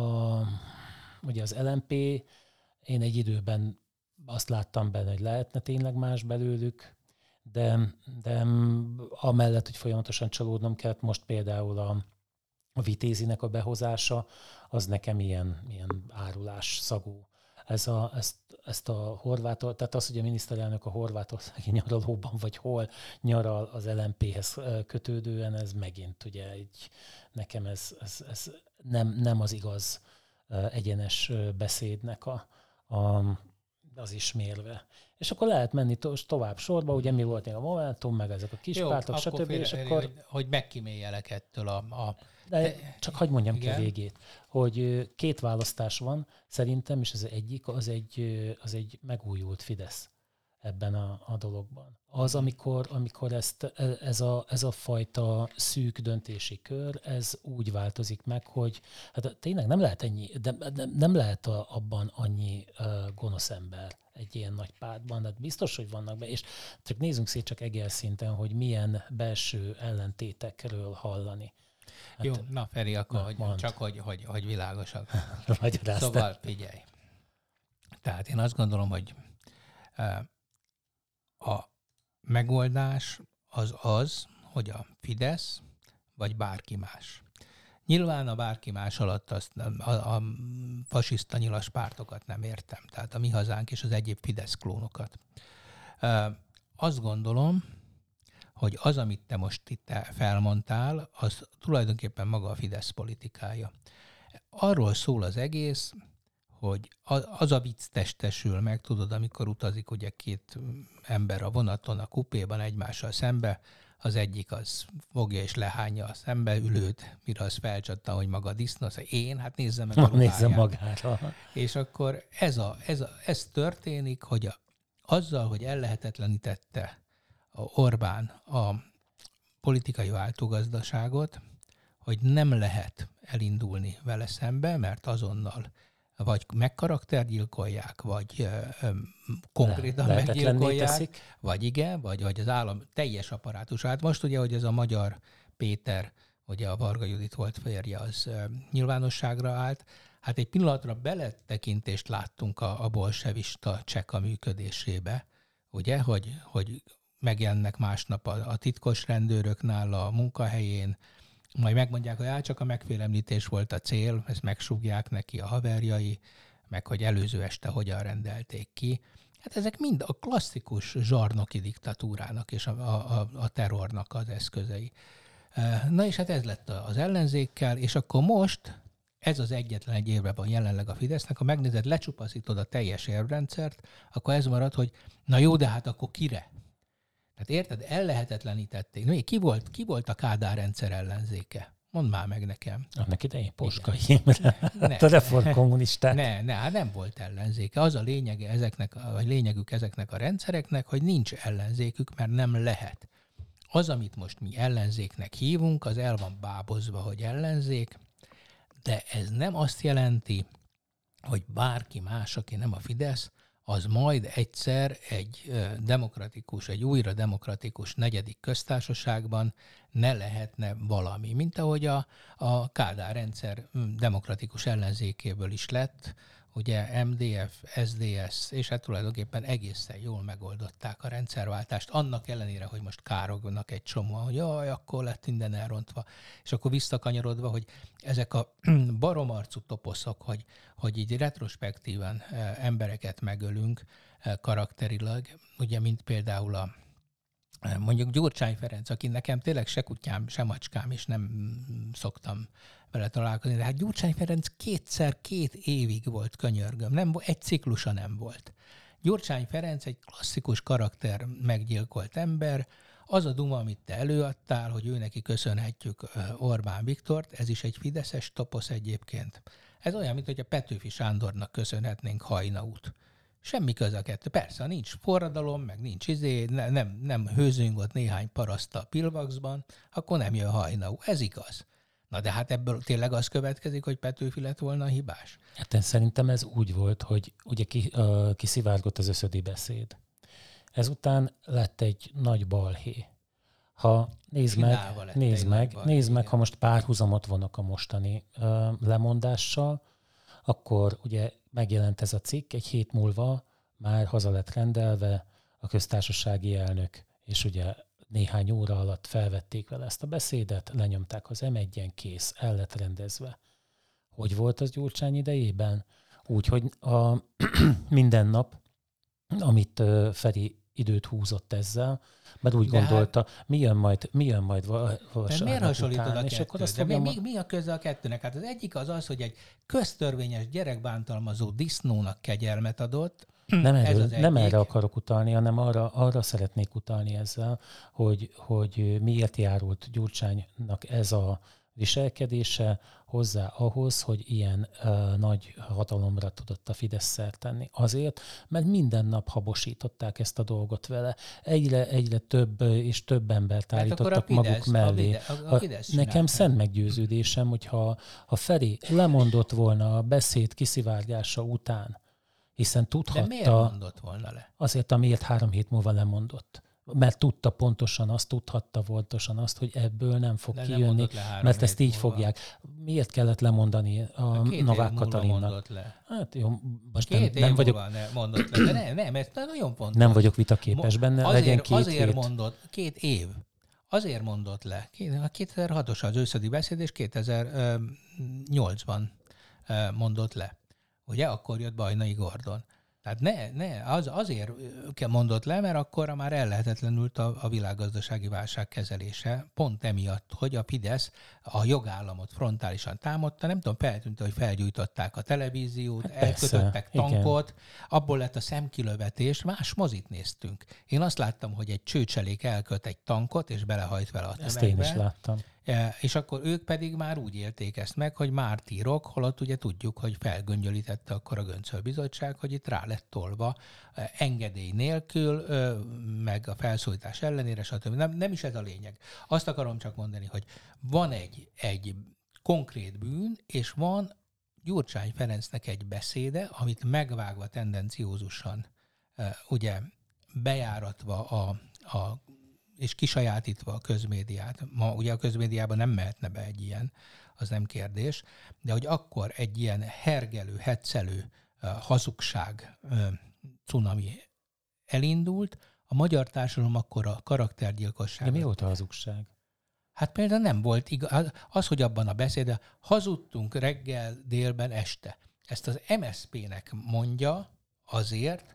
ugye az el em pé, én egy időben azt láttam benne, hogy lehetne tényleg más belőlük, de, de amellett, hogy folyamatosan csalódnom kellett, most például a A Vitézinek a behozása, az nekem ilyen, ilyen árulás szagú. Ez a, ezt, ezt a horvát, tehát az, hogy a miniszterelnök a horvátországi nyaralóban vagy hol nyaral az el em péhez kötődően, ez megint ugye egy, nekem ez, ez, ez nem, nem az igaz egyenes beszédnek a, a, az ismérve. És akkor lehet menni to- tovább sorba, ugye mi volt még a Momentum, meg ezek a kis Jó, pártok, stb. És akkor... Hogy, hogy megkíméljelek ettől a... a De csak hagyd mondjam ki a végét, hogy két választás van szerintem, és az egyik, az egy, az egy megújult Fidesz ebben a, a dologban. Az, amikor, amikor ezt, ez, a, ez a fajta szűk döntési kör, ez úgy változik meg, hogy hát tényleg nem lehet ennyi, de, de nem lehet a, abban annyi uh, gonosz ember egy ilyen nagy pártban, de biztos, hogy vannak be, és csak nézzünk szét csak egész szinten, hogy milyen belső ellentétekről hallani. Hát, jó, na Feri, akkor na, hogy, csak hogy, hogy, hogy világosak. Magyaráztál. Szóval figyelj. Tehát én azt gondolom, hogy a megoldás az az, hogy a Fidesz vagy bárki más. Nyilván a bárki más alatt azt, a, a fasiszta nyilas pártokat nem értem. Tehát a Mi Hazánk és az egyéb Fidesz klónokat. Azt gondolom, hogy az, amit te most itt felmondtál, az tulajdonképpen maga a Fidesz politikája. Arról szól az egész, hogy az a vicc testesül meg, tudod, amikor utazik ugye két ember a vonaton, a kupéban egymással szembe, az egyik az fogja és lehányja a szembeülőt, mire az felcsattan, hogy maga disznó, az én, hát nézzem meg a ruháját. Nézzem magára. És akkor ez, a, ez, a, ez történik, hogy a, azzal, hogy ellehetetlenítette a Orbán a politikai váltógazdaságot, hogy nem lehet elindulni vele szembe, mert azonnal vagy megkaraktergyilkolják, vagy ö, ö, konkrétan Le, meggyilkolják, teszik. vagy igen, vagy, vagy az állam teljes apparátusát. Most ugye, hogy ez a Magyar Péter, ugye a Varga Judit volt férje, az ö, nyilvánosságra állt. Hát egy pillanatra beletekintést láttunk a, a bolsevista cseka működésébe, ugye, hogy, hogy megjelennek másnap a, a titkos rendőröknál a munkahelyén, majd megmondják, hogy á, csak a megfélemlítés volt a cél, ezt megsúgják neki a haverjai, meg hogy előző este hogyan rendelték ki. Hát ezek mind a klasszikus zsarnoki diktatúrának és a, a, a terrornak az eszközei. Na és hát ez lett az ellenzékkel, és akkor most ez az egyetlen egy évben van jelenleg a Fidesznek, ha megnézed, lecsupaszítod a teljes érvrendszert, akkor ez marad, hogy na jó, de hát akkor kire? Tehát érted, ellehetetlenítették. No, ki volt, ki volt a Kádár rendszer ellenzéke? Mondd már meg nekem. Annak idején Poskai Imre, a reformkommunisták. Ne, ne, hát nem volt ellenzéke. Az a lényege ezeknek, vagy lényegük ezeknek a rendszereknek, hogy nincs ellenzékük, mert nem lehet. Az, amit most mi ellenzéknek hívunk, az el van bábozva, hogy ellenzék, de ez nem azt jelenti, hogy bárki más, aki nem a Fidesz, az majd egyszer egy demokratikus, egy újra demokratikus negyedik köztársaságban ne lehetne valami. Mint ahogy a, a Kádár rendszer demokratikus ellenzékéből is lett, ugye em dé ef, es dé es, és hát tulajdonképpen egészen jól megoldották a rendszerváltást, annak ellenére, hogy most kárognak egy csomóan, hogy jaj, akkor lett minden elrontva. És akkor visszakanyarodva, hogy ezek a baromarcú toposzok, hogy, hogy így retrospektíven embereket megölünk karakterilag, ugye, mint például a mondjuk Gyurcsány Ferenc, aki nekem tényleg se kutyám, se macskám, és nem szoktam vele találkozni, de hát Gyurcsány Ferenc kétszer két évig volt, könyörgöm, nem, egy ciklusa nem volt. Gyurcsány Ferenc egy klasszikus karakter meggyilkolt ember, az a duma, amit te előadtál, hogy ő neki köszönhetjük Orbán Viktort, ez is egy fideszes toposz egyébként. Ez olyan, mint hogy a Petőfi Sándornak köszönhetnénk Hajnaút. Semmi köze a kettő. Persze, nincs forradalom, meg nincs izé, ne, nem, nem hőzünk ott néhány paraszta a Pilvaxban, akkor nem jön Hajnau. Ez igaz. Na de hát ebből tényleg az következik, hogy Petőfi lett volna a hibás? Hát én szerintem ez úgy volt, hogy ugye ki, uh, kiszivárgott az összödi beszéd. Ezután lett egy nagy balhé. Ha nézd meg, nézd meg, balhé, nézd meg, ha most párhuzamot vonok a mostani uh, lemondással, akkor ugye megjelent ez a cikk, egy hét múlva már haza lett rendelve a köztársasági elnök, és ugye néhány óra alatt felvették vele ezt a beszédet, lenyomták az em egyen, kész, el lett rendezve. Hogy volt az Gyurcsány idejében? Úgy, hogy a minden nap, amit Feri időt húzott ezzel, mert úgy de gondolta, hát, mi jön majd, mi jön majd vasárnap miért hasonlítod után, a kettőt? De mi, mi, mi a köze a kettőnek? Hát az egyik az az, hogy egy köztörvényes gyerekbántalmazó disznónak kegyelmet adott. Nem, erről, nem erre akarok utalni, hanem arra, arra szeretnék utalni ezzel, hogy, hogy miért járult Gyurcsánynak ez a viselkedése hozzá ahhoz, hogy ilyen uh, nagy hatalomra tudott a Fidesz szert tenni. Azért, mert minden nap habosították ezt a dolgot vele. Egyre, egyre több és több embert állítottak Fidesz, maguk mellé. A Fidesz, a Fidesz Nekem szent meggyőződésem, hogy ha, ha Feri lemondott volna a beszéd kiszivárgása után, hiszen tudhatta... De miért mondott volna le? Azért, amiért három hét múlva lemondott. Mert tudta pontosan azt, tudhatta pontosan azt, hogy ebből nem fog de kijönni, nem mert ezt így múlva. Fogják. Miért kellett lemondani a Novák Katalinnak? Le. Hát jó, most két nem, nem vagyok... Ne mondott le, de nem, nem, ez nagyon fontos. Nem vagyok vitaképes benne, azért, legyen két azért hét. mondott, két év. Azért mondott le. A kétezer-hatos az őszödi beszéd, és kétezer-nyolcban mondott le. Ugye, akkor jött Bajnai Gordon. Tehát ne, ne, az, azért mondott le, mert akkorra már ellehetetlenült a, a világgazdasági válság kezelése, pont emiatt, hogy a Fidesz a jogállamot frontálisan támadta, nem tudom, feltűnt, hogy felgyújtották a televíziót, hát elkötöttek tankot, igen. Abból lett a szemkilövetés, más mozit néztünk. Én azt láttam, hogy egy csőcselék elköt egy tankot, és belehajt vele a tömegbe. Ezt én is láttam. És akkor ők pedig már úgy élték ezt meg, hogy mártírok, holott ugye tudjuk, hogy felgöngyölítette akkor a Göncöl Bizottság, hogy itt rá lett tolva engedély nélkül, meg a felszólítás ellenére, stb. Nem, nem is ez a lényeg. Azt akarom csak mondani, hogy van egy, egy konkrét bűn, és van Gyurcsány Ferencnek egy beszéde, amit megvágva tendenciózusan, ugye bejáratva a, a és kisajátítva a közmédiát. Ma ugye a közmédiában nem mehetne be egy ilyen, az nem kérdés, de hogy akkor egy ilyen hergelő, heccelő uh, hazugság uh, cunami elindult, a magyar társadalom akkor a karaktergyilkosság. De mi volt a hazugság? Hát például nem volt igaz, az, hogy abban a beszédben hazudtunk reggel, délben, este. Ezt az em es zé pé-nek mondja azért,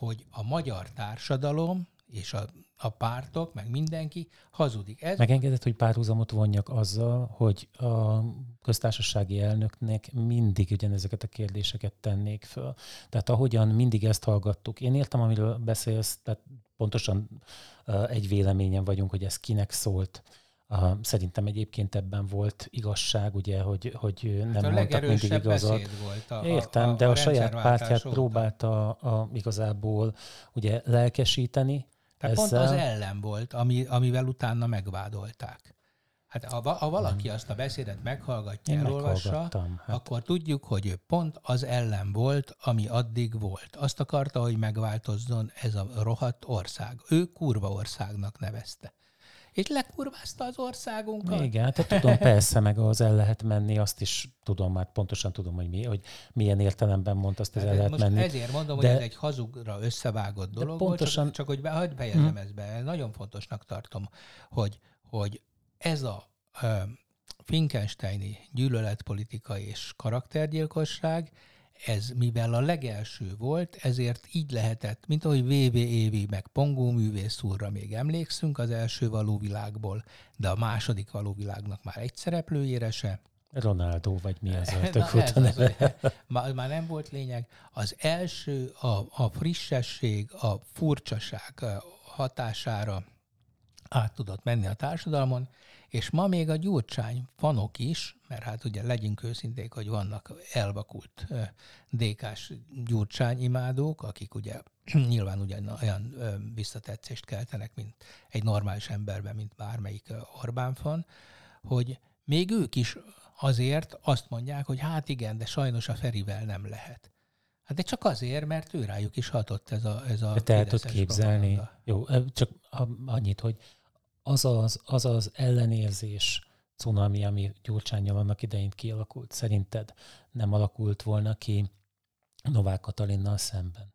hogy a magyar társadalom és a, a pártok, meg mindenki hazudik. Ez Megengedett, hogy párhuzamot vonjak azzal, hogy a köztársasági elnöknek mindig ugyanezeket a kérdéseket tennék föl. Tehát ahogyan mindig ezt hallgattuk. Én értem, amiről beszélsz, tehát pontosan uh, egy véleményen vagyunk, hogy ez kinek szólt. Uh, szerintem egyébként ebben volt igazság, ugye, hogy, hogy nem hát mondtak mindig igazat. Volt a, Értem, a, a, de a, a saját pártját óta. próbálta a, igazából ugye lelkesíteni. Tehát ezzel. Pont az ellen volt, ami, amivel utána megvádolták. Hát ha, ha valaki nem. azt a beszédet meghallgatja, Én elolvassa, hát. akkor tudjuk, hogy ő pont az ellen volt, ami addig volt. Azt akarta, hogy megváltozzon ez a rohadt ország. Ő kurva országnak nevezte. És lekurvázta az országunkat. Igen, hát tudom, persze, meg az el lehet menni, azt is tudom, már pontosan tudom, hogy, mi, hogy milyen értelemben mondta, azt az el lehet most menni. Ezért mondom, de, hogy ez egy hazugra összevágott dolog pontosan, volt, csak, csak hogy hagyd fejezzem hmm. ezt be. Nagyon fontosnak tartom, hogy, hogy ez a uh, Finkensteini gyűlöletpolitika és karaktergyilkosság, ez mivel a legelső volt, ezért így lehetett, mint ahogy vé vé Évi meg Pongó művész úrra még emlékszünk az első való világból, de a második való világnak már egy szereplőjére se. Ronaldo, vagy mi az a tök volt a neve. Már, már nem volt lényeg. Az első a, a frissesség, a furcsaság hatására át tudott menni a társadalmon, és ma még a Gyurcsány fanok is, mert hát ugye legyünk őszinték, hogy vannak elvakult dé ká-s Gyurcsány imádók, akik ugye nyilván ugyan olyan visszatetszést keltenek, mint egy normális emberben, mint bármelyik Orbán fan, hogy még ők is azért azt mondják, hogy hát igen, de sajnos a Ferivel nem lehet. Hát de csak azért, mert ő rájuk is hatott ez a ez a te el tud képzelni. Propaganda. Jó, csak annyit, hogy az az, az az ellenérzés cunami, ami Gyurcsánnyal annak idején kialakult, szerinted nem alakult volna ki Novák Katalinnal szemben?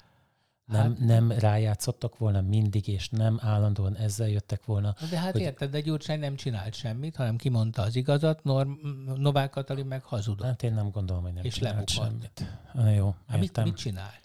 Nem, hát, nem rájátszottak volna mindig, és nem állandóan ezzel jöttek volna. De hát hogy... érted, de Gyurcsány nem csinált semmit, hanem kimondta az igazat, Norm, Novák Katalin meg hazudott. Hát én nem gondolom, hogy nem és csinált lebukott. semmit. Na jó, hát mit, mit csinált?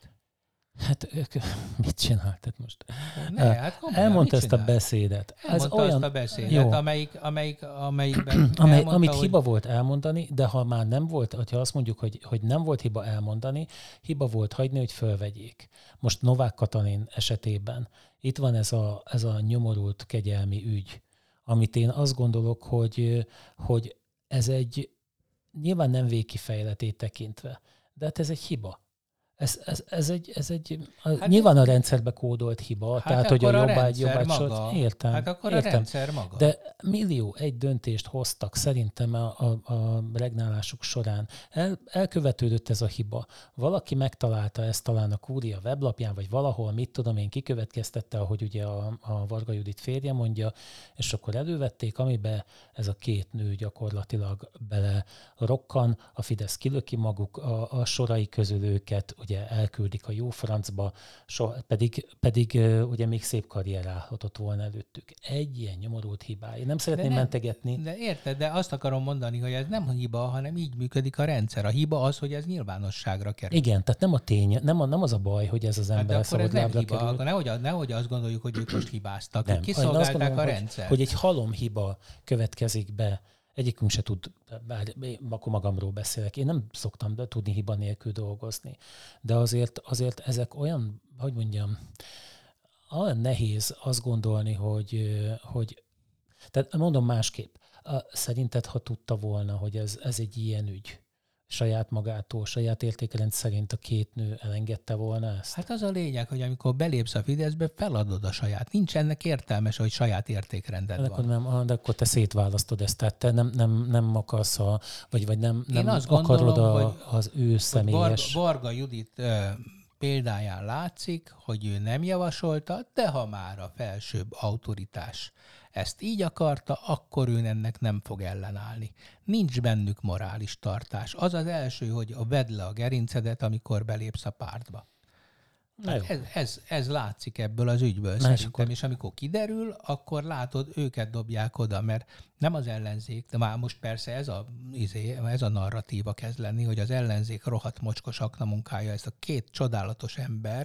Hát ők mit csináltad most? Ne, hát komolyan, elmondta ezt a beszédet. Elmondta ez olyan... azt a beszédet, jó. amelyik, amelyik, amelyikben Amely, elmondta, Amit hogy... hiba volt elmondani, de ha már nem volt, ha azt mondjuk, hogy, hogy nem volt hiba elmondani, hiba volt hagyni, hogy fölvegyék. Most Novák Katalin esetében itt van ez a, ez a nyomorult kegyelmi ügy, amit én azt gondolok, hogy, hogy ez egy nyilván nem végkifejletét tekintve, de hát ez egy hiba. Ez, ez, ez egy, ez egy hát nyilván a rendszerbe kódolt hiba, hát tehát hogy a jobbágy, jobbágy sor, értem. Hát akkor értem, a rendszer maga. De millió egy döntést hoztak szerintem a, a, a regnálásuk során. El, elkövetődött ez a hiba. Valaki megtalálta ezt talán a Kúria weblapján, vagy valahol, mit tudom én, kikövetkeztette, ahogy ugye a, a Varga Judit férje mondja, és akkor elővették, amiben ez a két nő gyakorlatilag bele rokkan, a Fidesz kilöki maguk a, a sorai közül őket, ugye elküldik a jó francba, so, pedig, pedig ugye még szép karrier állhatott volna előttük. Egy ilyen nyomorult hibája. Nem szeretném de nem, mentegetni. De érted, de azt akarom mondani, hogy ez nem hiba, hanem így működik a rendszer. A hiba az, hogy ez nyilvánosságra kerül. Igen, tehát nem a tény, nem, a, nem az a baj, hogy ez az ember hát szabadlábra kerül. Akkor nehogy, nehogy azt gondoljuk, hogy ők most hibáztak. Nem. Kiszolgálták gondolom, a rendszert. Hogy, hogy egy halomhiba következik be, egyikünk se tud, bár akkor magamról beszélek, én nem szoktam tudni hiba nélkül dolgozni, de azért, azért ezek olyan, hogy mondjam, olyan nehéz azt gondolni, hogy, hogy tehát mondom másképp, szerinted, ha tudta volna, hogy ez, ez egy ilyen ügy, saját magától, saját értékrend szerint a két nő elengedte volna ezt? Hát az a lényeg, hogy amikor belépsz a Fideszbe, feladod a saját. Nincs ennek értelmes, hogy saját értékrended de van. Akkor nem, de akkor te szétválasztod ezt, tehát te nem, nem, nem akarsz, a, vagy, vagy nem, nem azt akarod gondolom, a, hogy, az ő személyes... Varga, Varga Judit ö, példáján látszik, hogy ő nem javasolta, de ha már a felsőbb autoritás ezt így akarta, akkor ő ennek nem fog ellenállni. Nincs bennük morális tartás. Az az első, hogy vedd le a gerincedet, amikor belépsz a pártba. Hát ez, ez, ez látszik ebből az ügyből Na szerintem, akkor... és amikor kiderül, akkor látod, őket dobják oda, mert nem az ellenzék, de már most persze ez a, ez a narratíva kezd lenni, hogy az ellenzék rohadt mocskos aknamunkája, ez a két csodálatos ember,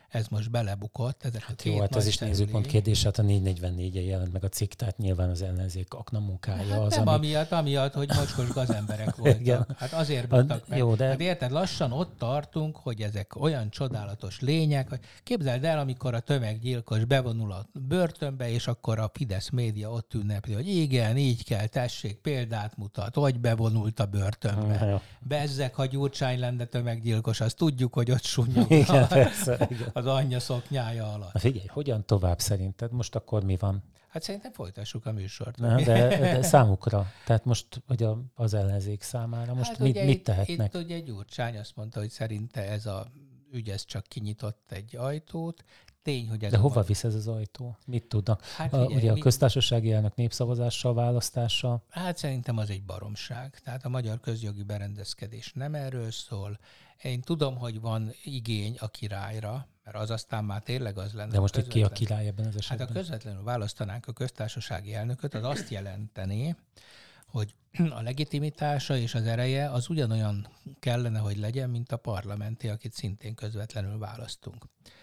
ez most belebukott. Ezek hát a két jó, hát ez is szemlély. nézőpont kérdés, hát a négy negyvennégyen jelent meg a cikk, tehát nyilván az ellenzék aknamunkája Hát az, nem ami... amiatt, amiatt, hogy mocskos gazemberek voltak. Hát azért buktak meg. Jó, de... Hát érted, lassan ott tartunk, hogy ezek olyan csodálatos lények, hogy képzeld el, amikor a tömeggyilkos bevonul a börtönbe, és akkor a Fidesz média ott ünnepli, hogy igen, így kell, tessék, példát mutat, hogy bevonult a börtönbe. Bezzek, ha Gyurcsány lenne tömeggyilkos, azt tudjuk, hogy ott sunnyogna az anyja szoknyája alatt. Na figyelj, hogyan tovább szerinted? Most akkor mi van? Hát szerintem folytassuk a műsort. Na, de, de számukra, tehát most vagy az ellenzék számára, most hát mit, mit itt, tehetnek? Itt ugye Gyurcsány azt mondta, hogy szerinte ez a ügy, ez csak kinyitott egy ajtót. Tény, hogy ez de hova van... visz ez az ajtó? Mit tudnak? Hát a, figyelj, ugye a mi... köztársasági elnök népszavazással, választással? Hát szerintem az egy baromság. Tehát a magyar közjogi berendezkedés nem erről szól. Én tudom, hogy van igény a királyra, mert az aztán már tényleg az lenne. De most itt ki a király ebben az esetben? Hát ha közvetlenül választanánk a köztársasági elnököt, az azt jelentené, hogy a legitimitása és az ereje az ugyanolyan kellene, hogy legyen, mint a parlamenti, akit szintén közvetlenül választunk.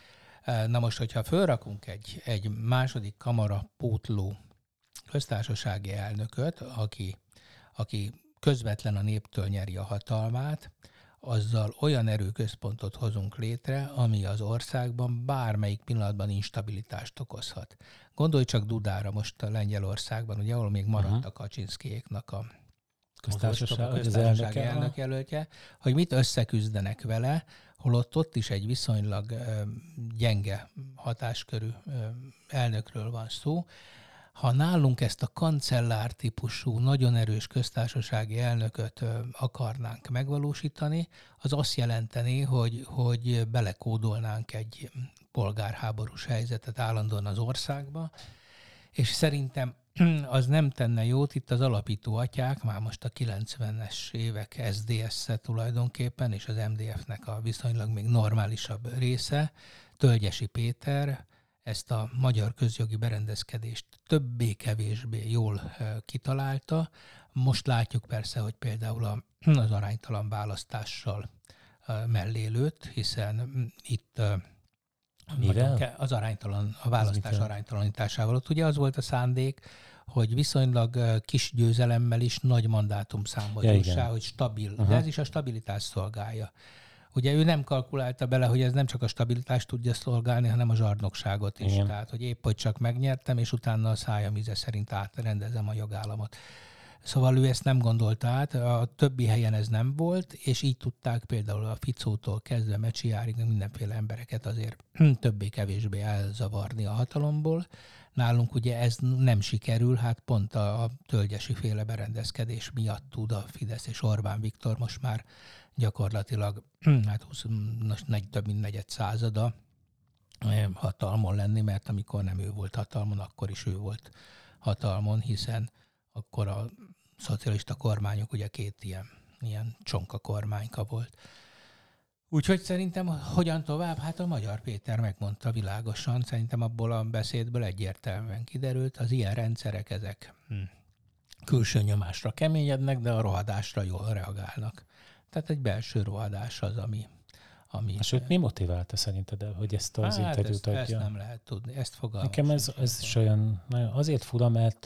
Na most, hogyha fölrakunk egy, egy második kamara pótló köztársasági elnököt, aki, aki közvetlen a néptől nyeri a hatalmát, azzal olyan erőközpontot hozunk létre, ami az országban bármelyik pillanatban instabilitást okozhat. Gondolj csak Dudára most a Lengyelországban, ugye, ahol még maradt a Kaczynszkijéknak a köztársaság, köztársasági elnök jelöltje, hogy mit összeküzdenek vele, holott ott is egy viszonylag ö, gyenge hatáskörű ö, elnökről van szó. Ha nálunk ezt a kancellár típusú, nagyon erős köztársasági elnököt ö, akarnánk megvalósítani, az azt jelenteni, hogy, hogy belekódolnánk egy polgárháborús helyzetet állandóan az országba, és szerintem az nem tenne jót, itt az alapító atyák, már most a kilencvenes évek es zé dé es-e tulajdonképpen, és az em dé ef-nek a viszonylag még normálisabb része, Tölgyesi Péter ezt a magyar közjogi berendezkedést többé-kevésbé jól kitalálta. Most látjuk persze, hogy például az aránytalan választással mellé lőtt, hiszen itt mivel? Az aránytalan, a választás aránytalanításával. Ott ugye az volt a szándék, hogy viszonylag kis győzelemmel is nagy mandátum számot ja, jussá, hogy stabil. Uh-huh. De ez is a stabilitást szolgálja. Ugye ő nem kalkulálta bele, hogy ez nem csak a stabilitást tudja szolgálni, hanem a zsarnokságot is. Igen. Tehát, hogy épp, hogy csak megnyertem, és utána a szájam íze szerint átrendezem a jogállamot. Szóval ő ezt nem gondolta át, a többi helyen ez nem volt, és így tudták például a Ficótól kezdve Mecsiárig mindenféle embereket azért többé-kevésbé elzavarni a hatalomból. Nálunk ugye ez nem sikerül, hát pont a, a tölgyesi féle berendezkedés miatt tud a Fidesz és Orbán Viktor most már gyakorlatilag hát húsz, több mint negyed százada hatalmon lenni, mert amikor nem ő volt hatalmon, akkor is ő volt hatalmon, hiszen akkor a szocialista kormányok ugye két ilyen, ilyen csonka kormányka volt. Úgyhogy szerintem hogyan tovább? Hát a Magyar Péter megmondta világosan, szerintem abból a beszédből egyértelműen kiderült, az ilyen rendszerek ezek hm. külső nyomásra keményednek, de a rohadásra jól reagálnak. Tehát egy belső rohadás az, ami... ami sőt, mi motiválta szerinted, hogy ezt az hát interjút ezt, adja? Ezt nem lehet tudni, ezt fogalmam. Nekem ez, ez is olyan, azért fura, mert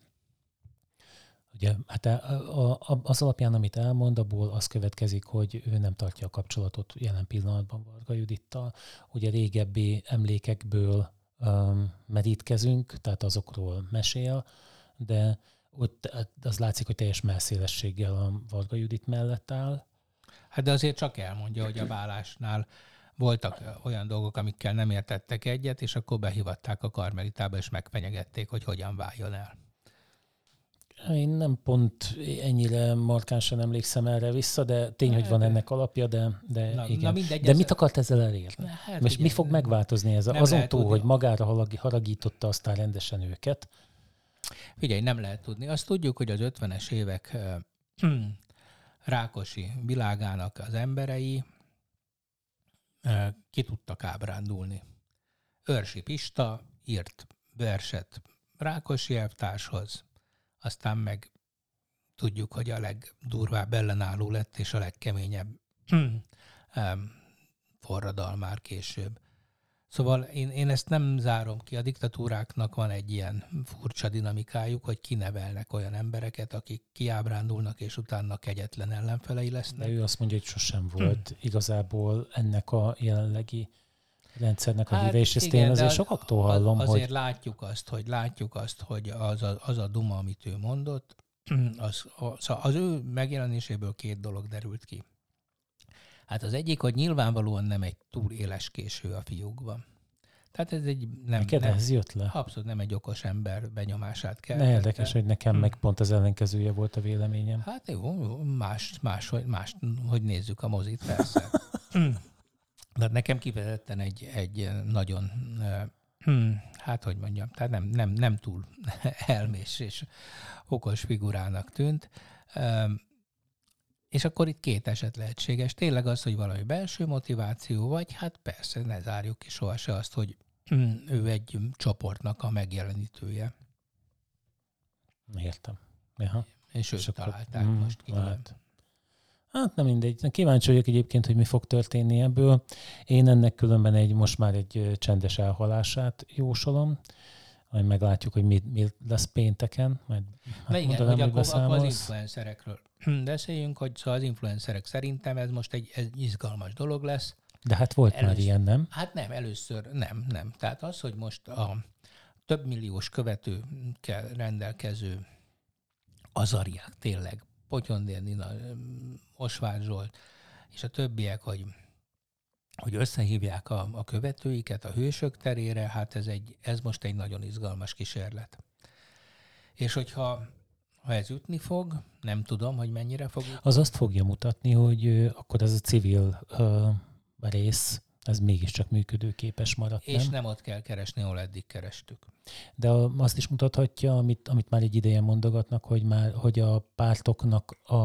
ugye, hát az alapján, amit elmond, abból az következik, hogy ő nem tartja a kapcsolatot jelen pillanatban Varga Judittal. Ugye régebbi emlékekből um, merítkezünk, tehát azokról mesél, de ott az látszik, hogy teljes mellszélességgel a Varga Judit mellett áll. Hát de azért csak elmondja, hogy a vállásnál voltak olyan dolgok, amikkel nem értettek egyet, és akkor behívatták a karmelitába, és megfenyegették, hogy hogyan váljon el. Én nem pont ennyire markánsan emlékszem erre vissza, de tény, hát, hogy van ennek alapja, de, de na, igen. Na mindegy, de mit akart ezzel elérni? Hát most mi fog megváltozni ez? Azon túl, hogy magára haragította aztán rendesen őket? Figyelj, nem lehet tudni. Azt tudjuk, hogy az ötvenes évek uh, Rákosi világának az emberei uh, ki tudtak ábrándulni. Őrsi Pista írt verset Rákosi elvtárshoz, aztán meg tudjuk, hogy a legdurvább ellenálló lett, és a legkeményebb forradalmár később. Szóval én, én ezt nem zárom ki. A diktatúráknak van egy ilyen furcsa dinamikájuk, hogy kinevelnek olyan embereket, akik kiábrándulnak, és utána kegyetlen ellenfelei lesznek. De ő azt mondja, hogy sosem volt hmm. igazából ennek a jelenlegi rendszernek a hát híve, és ezt igen, én azért sokaktól hallom, azért hogy... Azért látjuk azt, hogy látjuk azt, hogy az a, az a duma, amit ő mondott, az, az, az ő megjelenéséből két dolog derült ki. Hát az egyik, hogy nyilvánvalóan nem egy túl éles késő a fiúkban. Tehát ez egy nem, Neked nem ez jött le? Abszolút nem egy okos ember benyomását kell. Ne érdekes, hogy nekem hmm. meg pont az ellenkezője volt a véleményem. Hát jó, más, más, hogy, más hogy nézzük a mozit, persze. De nekem kifejezetten egy, egy nagyon, hát hogy mondjam, tehát nem, nem, nem túl elmés és okos figurának tűnt. És akkor itt két eset lehetséges. Tényleg az, hogy valami belső motiváció, vagy hát persze, ne zárjuk ki soha se azt, hogy ő egy csoportnak a megjelenítője. Értem. Aha. És őt találták mm, most ki. Hát. hát nem mindegy. Kíváncsi vagyok egyébként, hogy mi fog történni ebből. Én ennek különben egy, most már egy csendes elhalását jósolom. Majd meglátjuk, hogy mi, mi lesz pénteken. Majd hát igen, mondanám, hogy akkor, akkor az influencerekről beszéljünk, hogy szóval az influencerek szerintem ez most egy, egy izgalmas dolog lesz. De hát volt először, már ilyen, nem? Hát nem, először nem, nem. Tehát az, hogy most a több milliós követőkkel rendelkező azariák tényleg, Potyondér Nina, Osváth Zsolt és a többiek, hogy, hogy összehívják a, a követőiket a hősök terére, hát ez, egy, ez most egy nagyon izgalmas kísérlet. És hogyha ha ez ütni fog, nem tudom, hogy mennyire fog ütni. Az azt fogja mutatni, hogy akkor ez a civil uh, rész, ez mégiscsak működőképes maradt, És nem? nem ott kell keresni, ahol eddig kerestük. De azt is mutathatja, amit, amit már egy ideje mondogatnak, hogy, már, hogy a pártoknak a,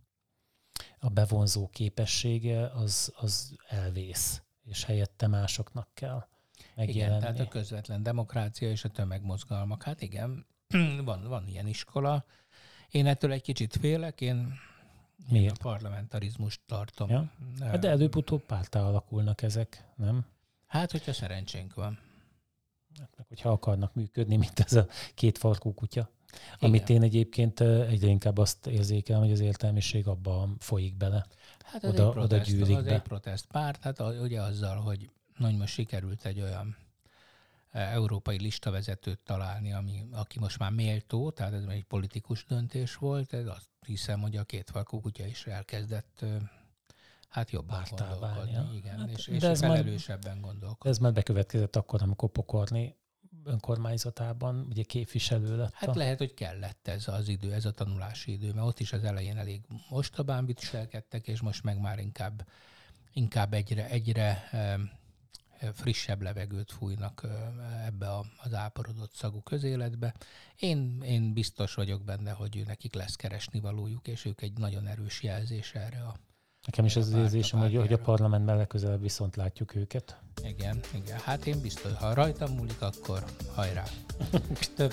a bevonzó képessége az, az elvész, és helyette másoknak kell megjelenni. Igen, tehát a közvetlen demokrácia és a tömegmozgalmak. Hát igen, van, van ilyen iskola. Én ettől egy kicsit félek, én, én a parlamentarizmust tartom. Ja? Hát de előbb-utóbb párttá alakulnak ezek, nem? Hát, hogyha szerencsénk van. Hát meg hogyha akarnak működni, mint ez a két farkú kutya. Igen. Amit én egyébként egyre inkább azt érzékelem, hogy az értelmiség abban folyik bele. Hát az oda, egy protest, oda gyűlik az be. Egy protest párt, hát ugye azzal, hogy nagy most sikerült egy olyan európai listavezetőt találni, ami, aki most már méltó, tehát ez egy politikus döntés volt, ez azt hiszem, hogy a kétfarkú kutya is elkezdett hát jobban gondolkodni. Ja. Igen, hát, és, és felelősebben gondolkodni. Ez már bekövetkezett akkor, amikor Pokorni önkormányzatában ugye képviselő lett. Hát a... lehet, hogy kellett ez az idő, ez a tanulási idő, mert ott is az elején elég ostobán viselkedtek, és most meg már inkább, inkább egyre, egyre frissebb levegőt fújnak ebbe az áporodott szagú közéletbe. Én, én biztos vagyok benne, hogy nekik lesz keresni valójuk, és ők egy nagyon erős jelzés erre a Nekem is az érzésem, hogy, hogy a parlamentben legközelebb viszont látjuk őket. Igen, igen. Hát én biztos, ha rajtam múlik, akkor hajrá. Több,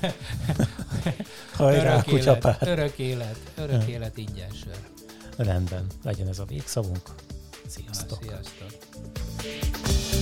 hajrá, örök kutyapár. Élet, örök élet, örök élet ingyen sör. Rendben, legyen ez a végszavunk. Sziasztok. Na, sziasztok.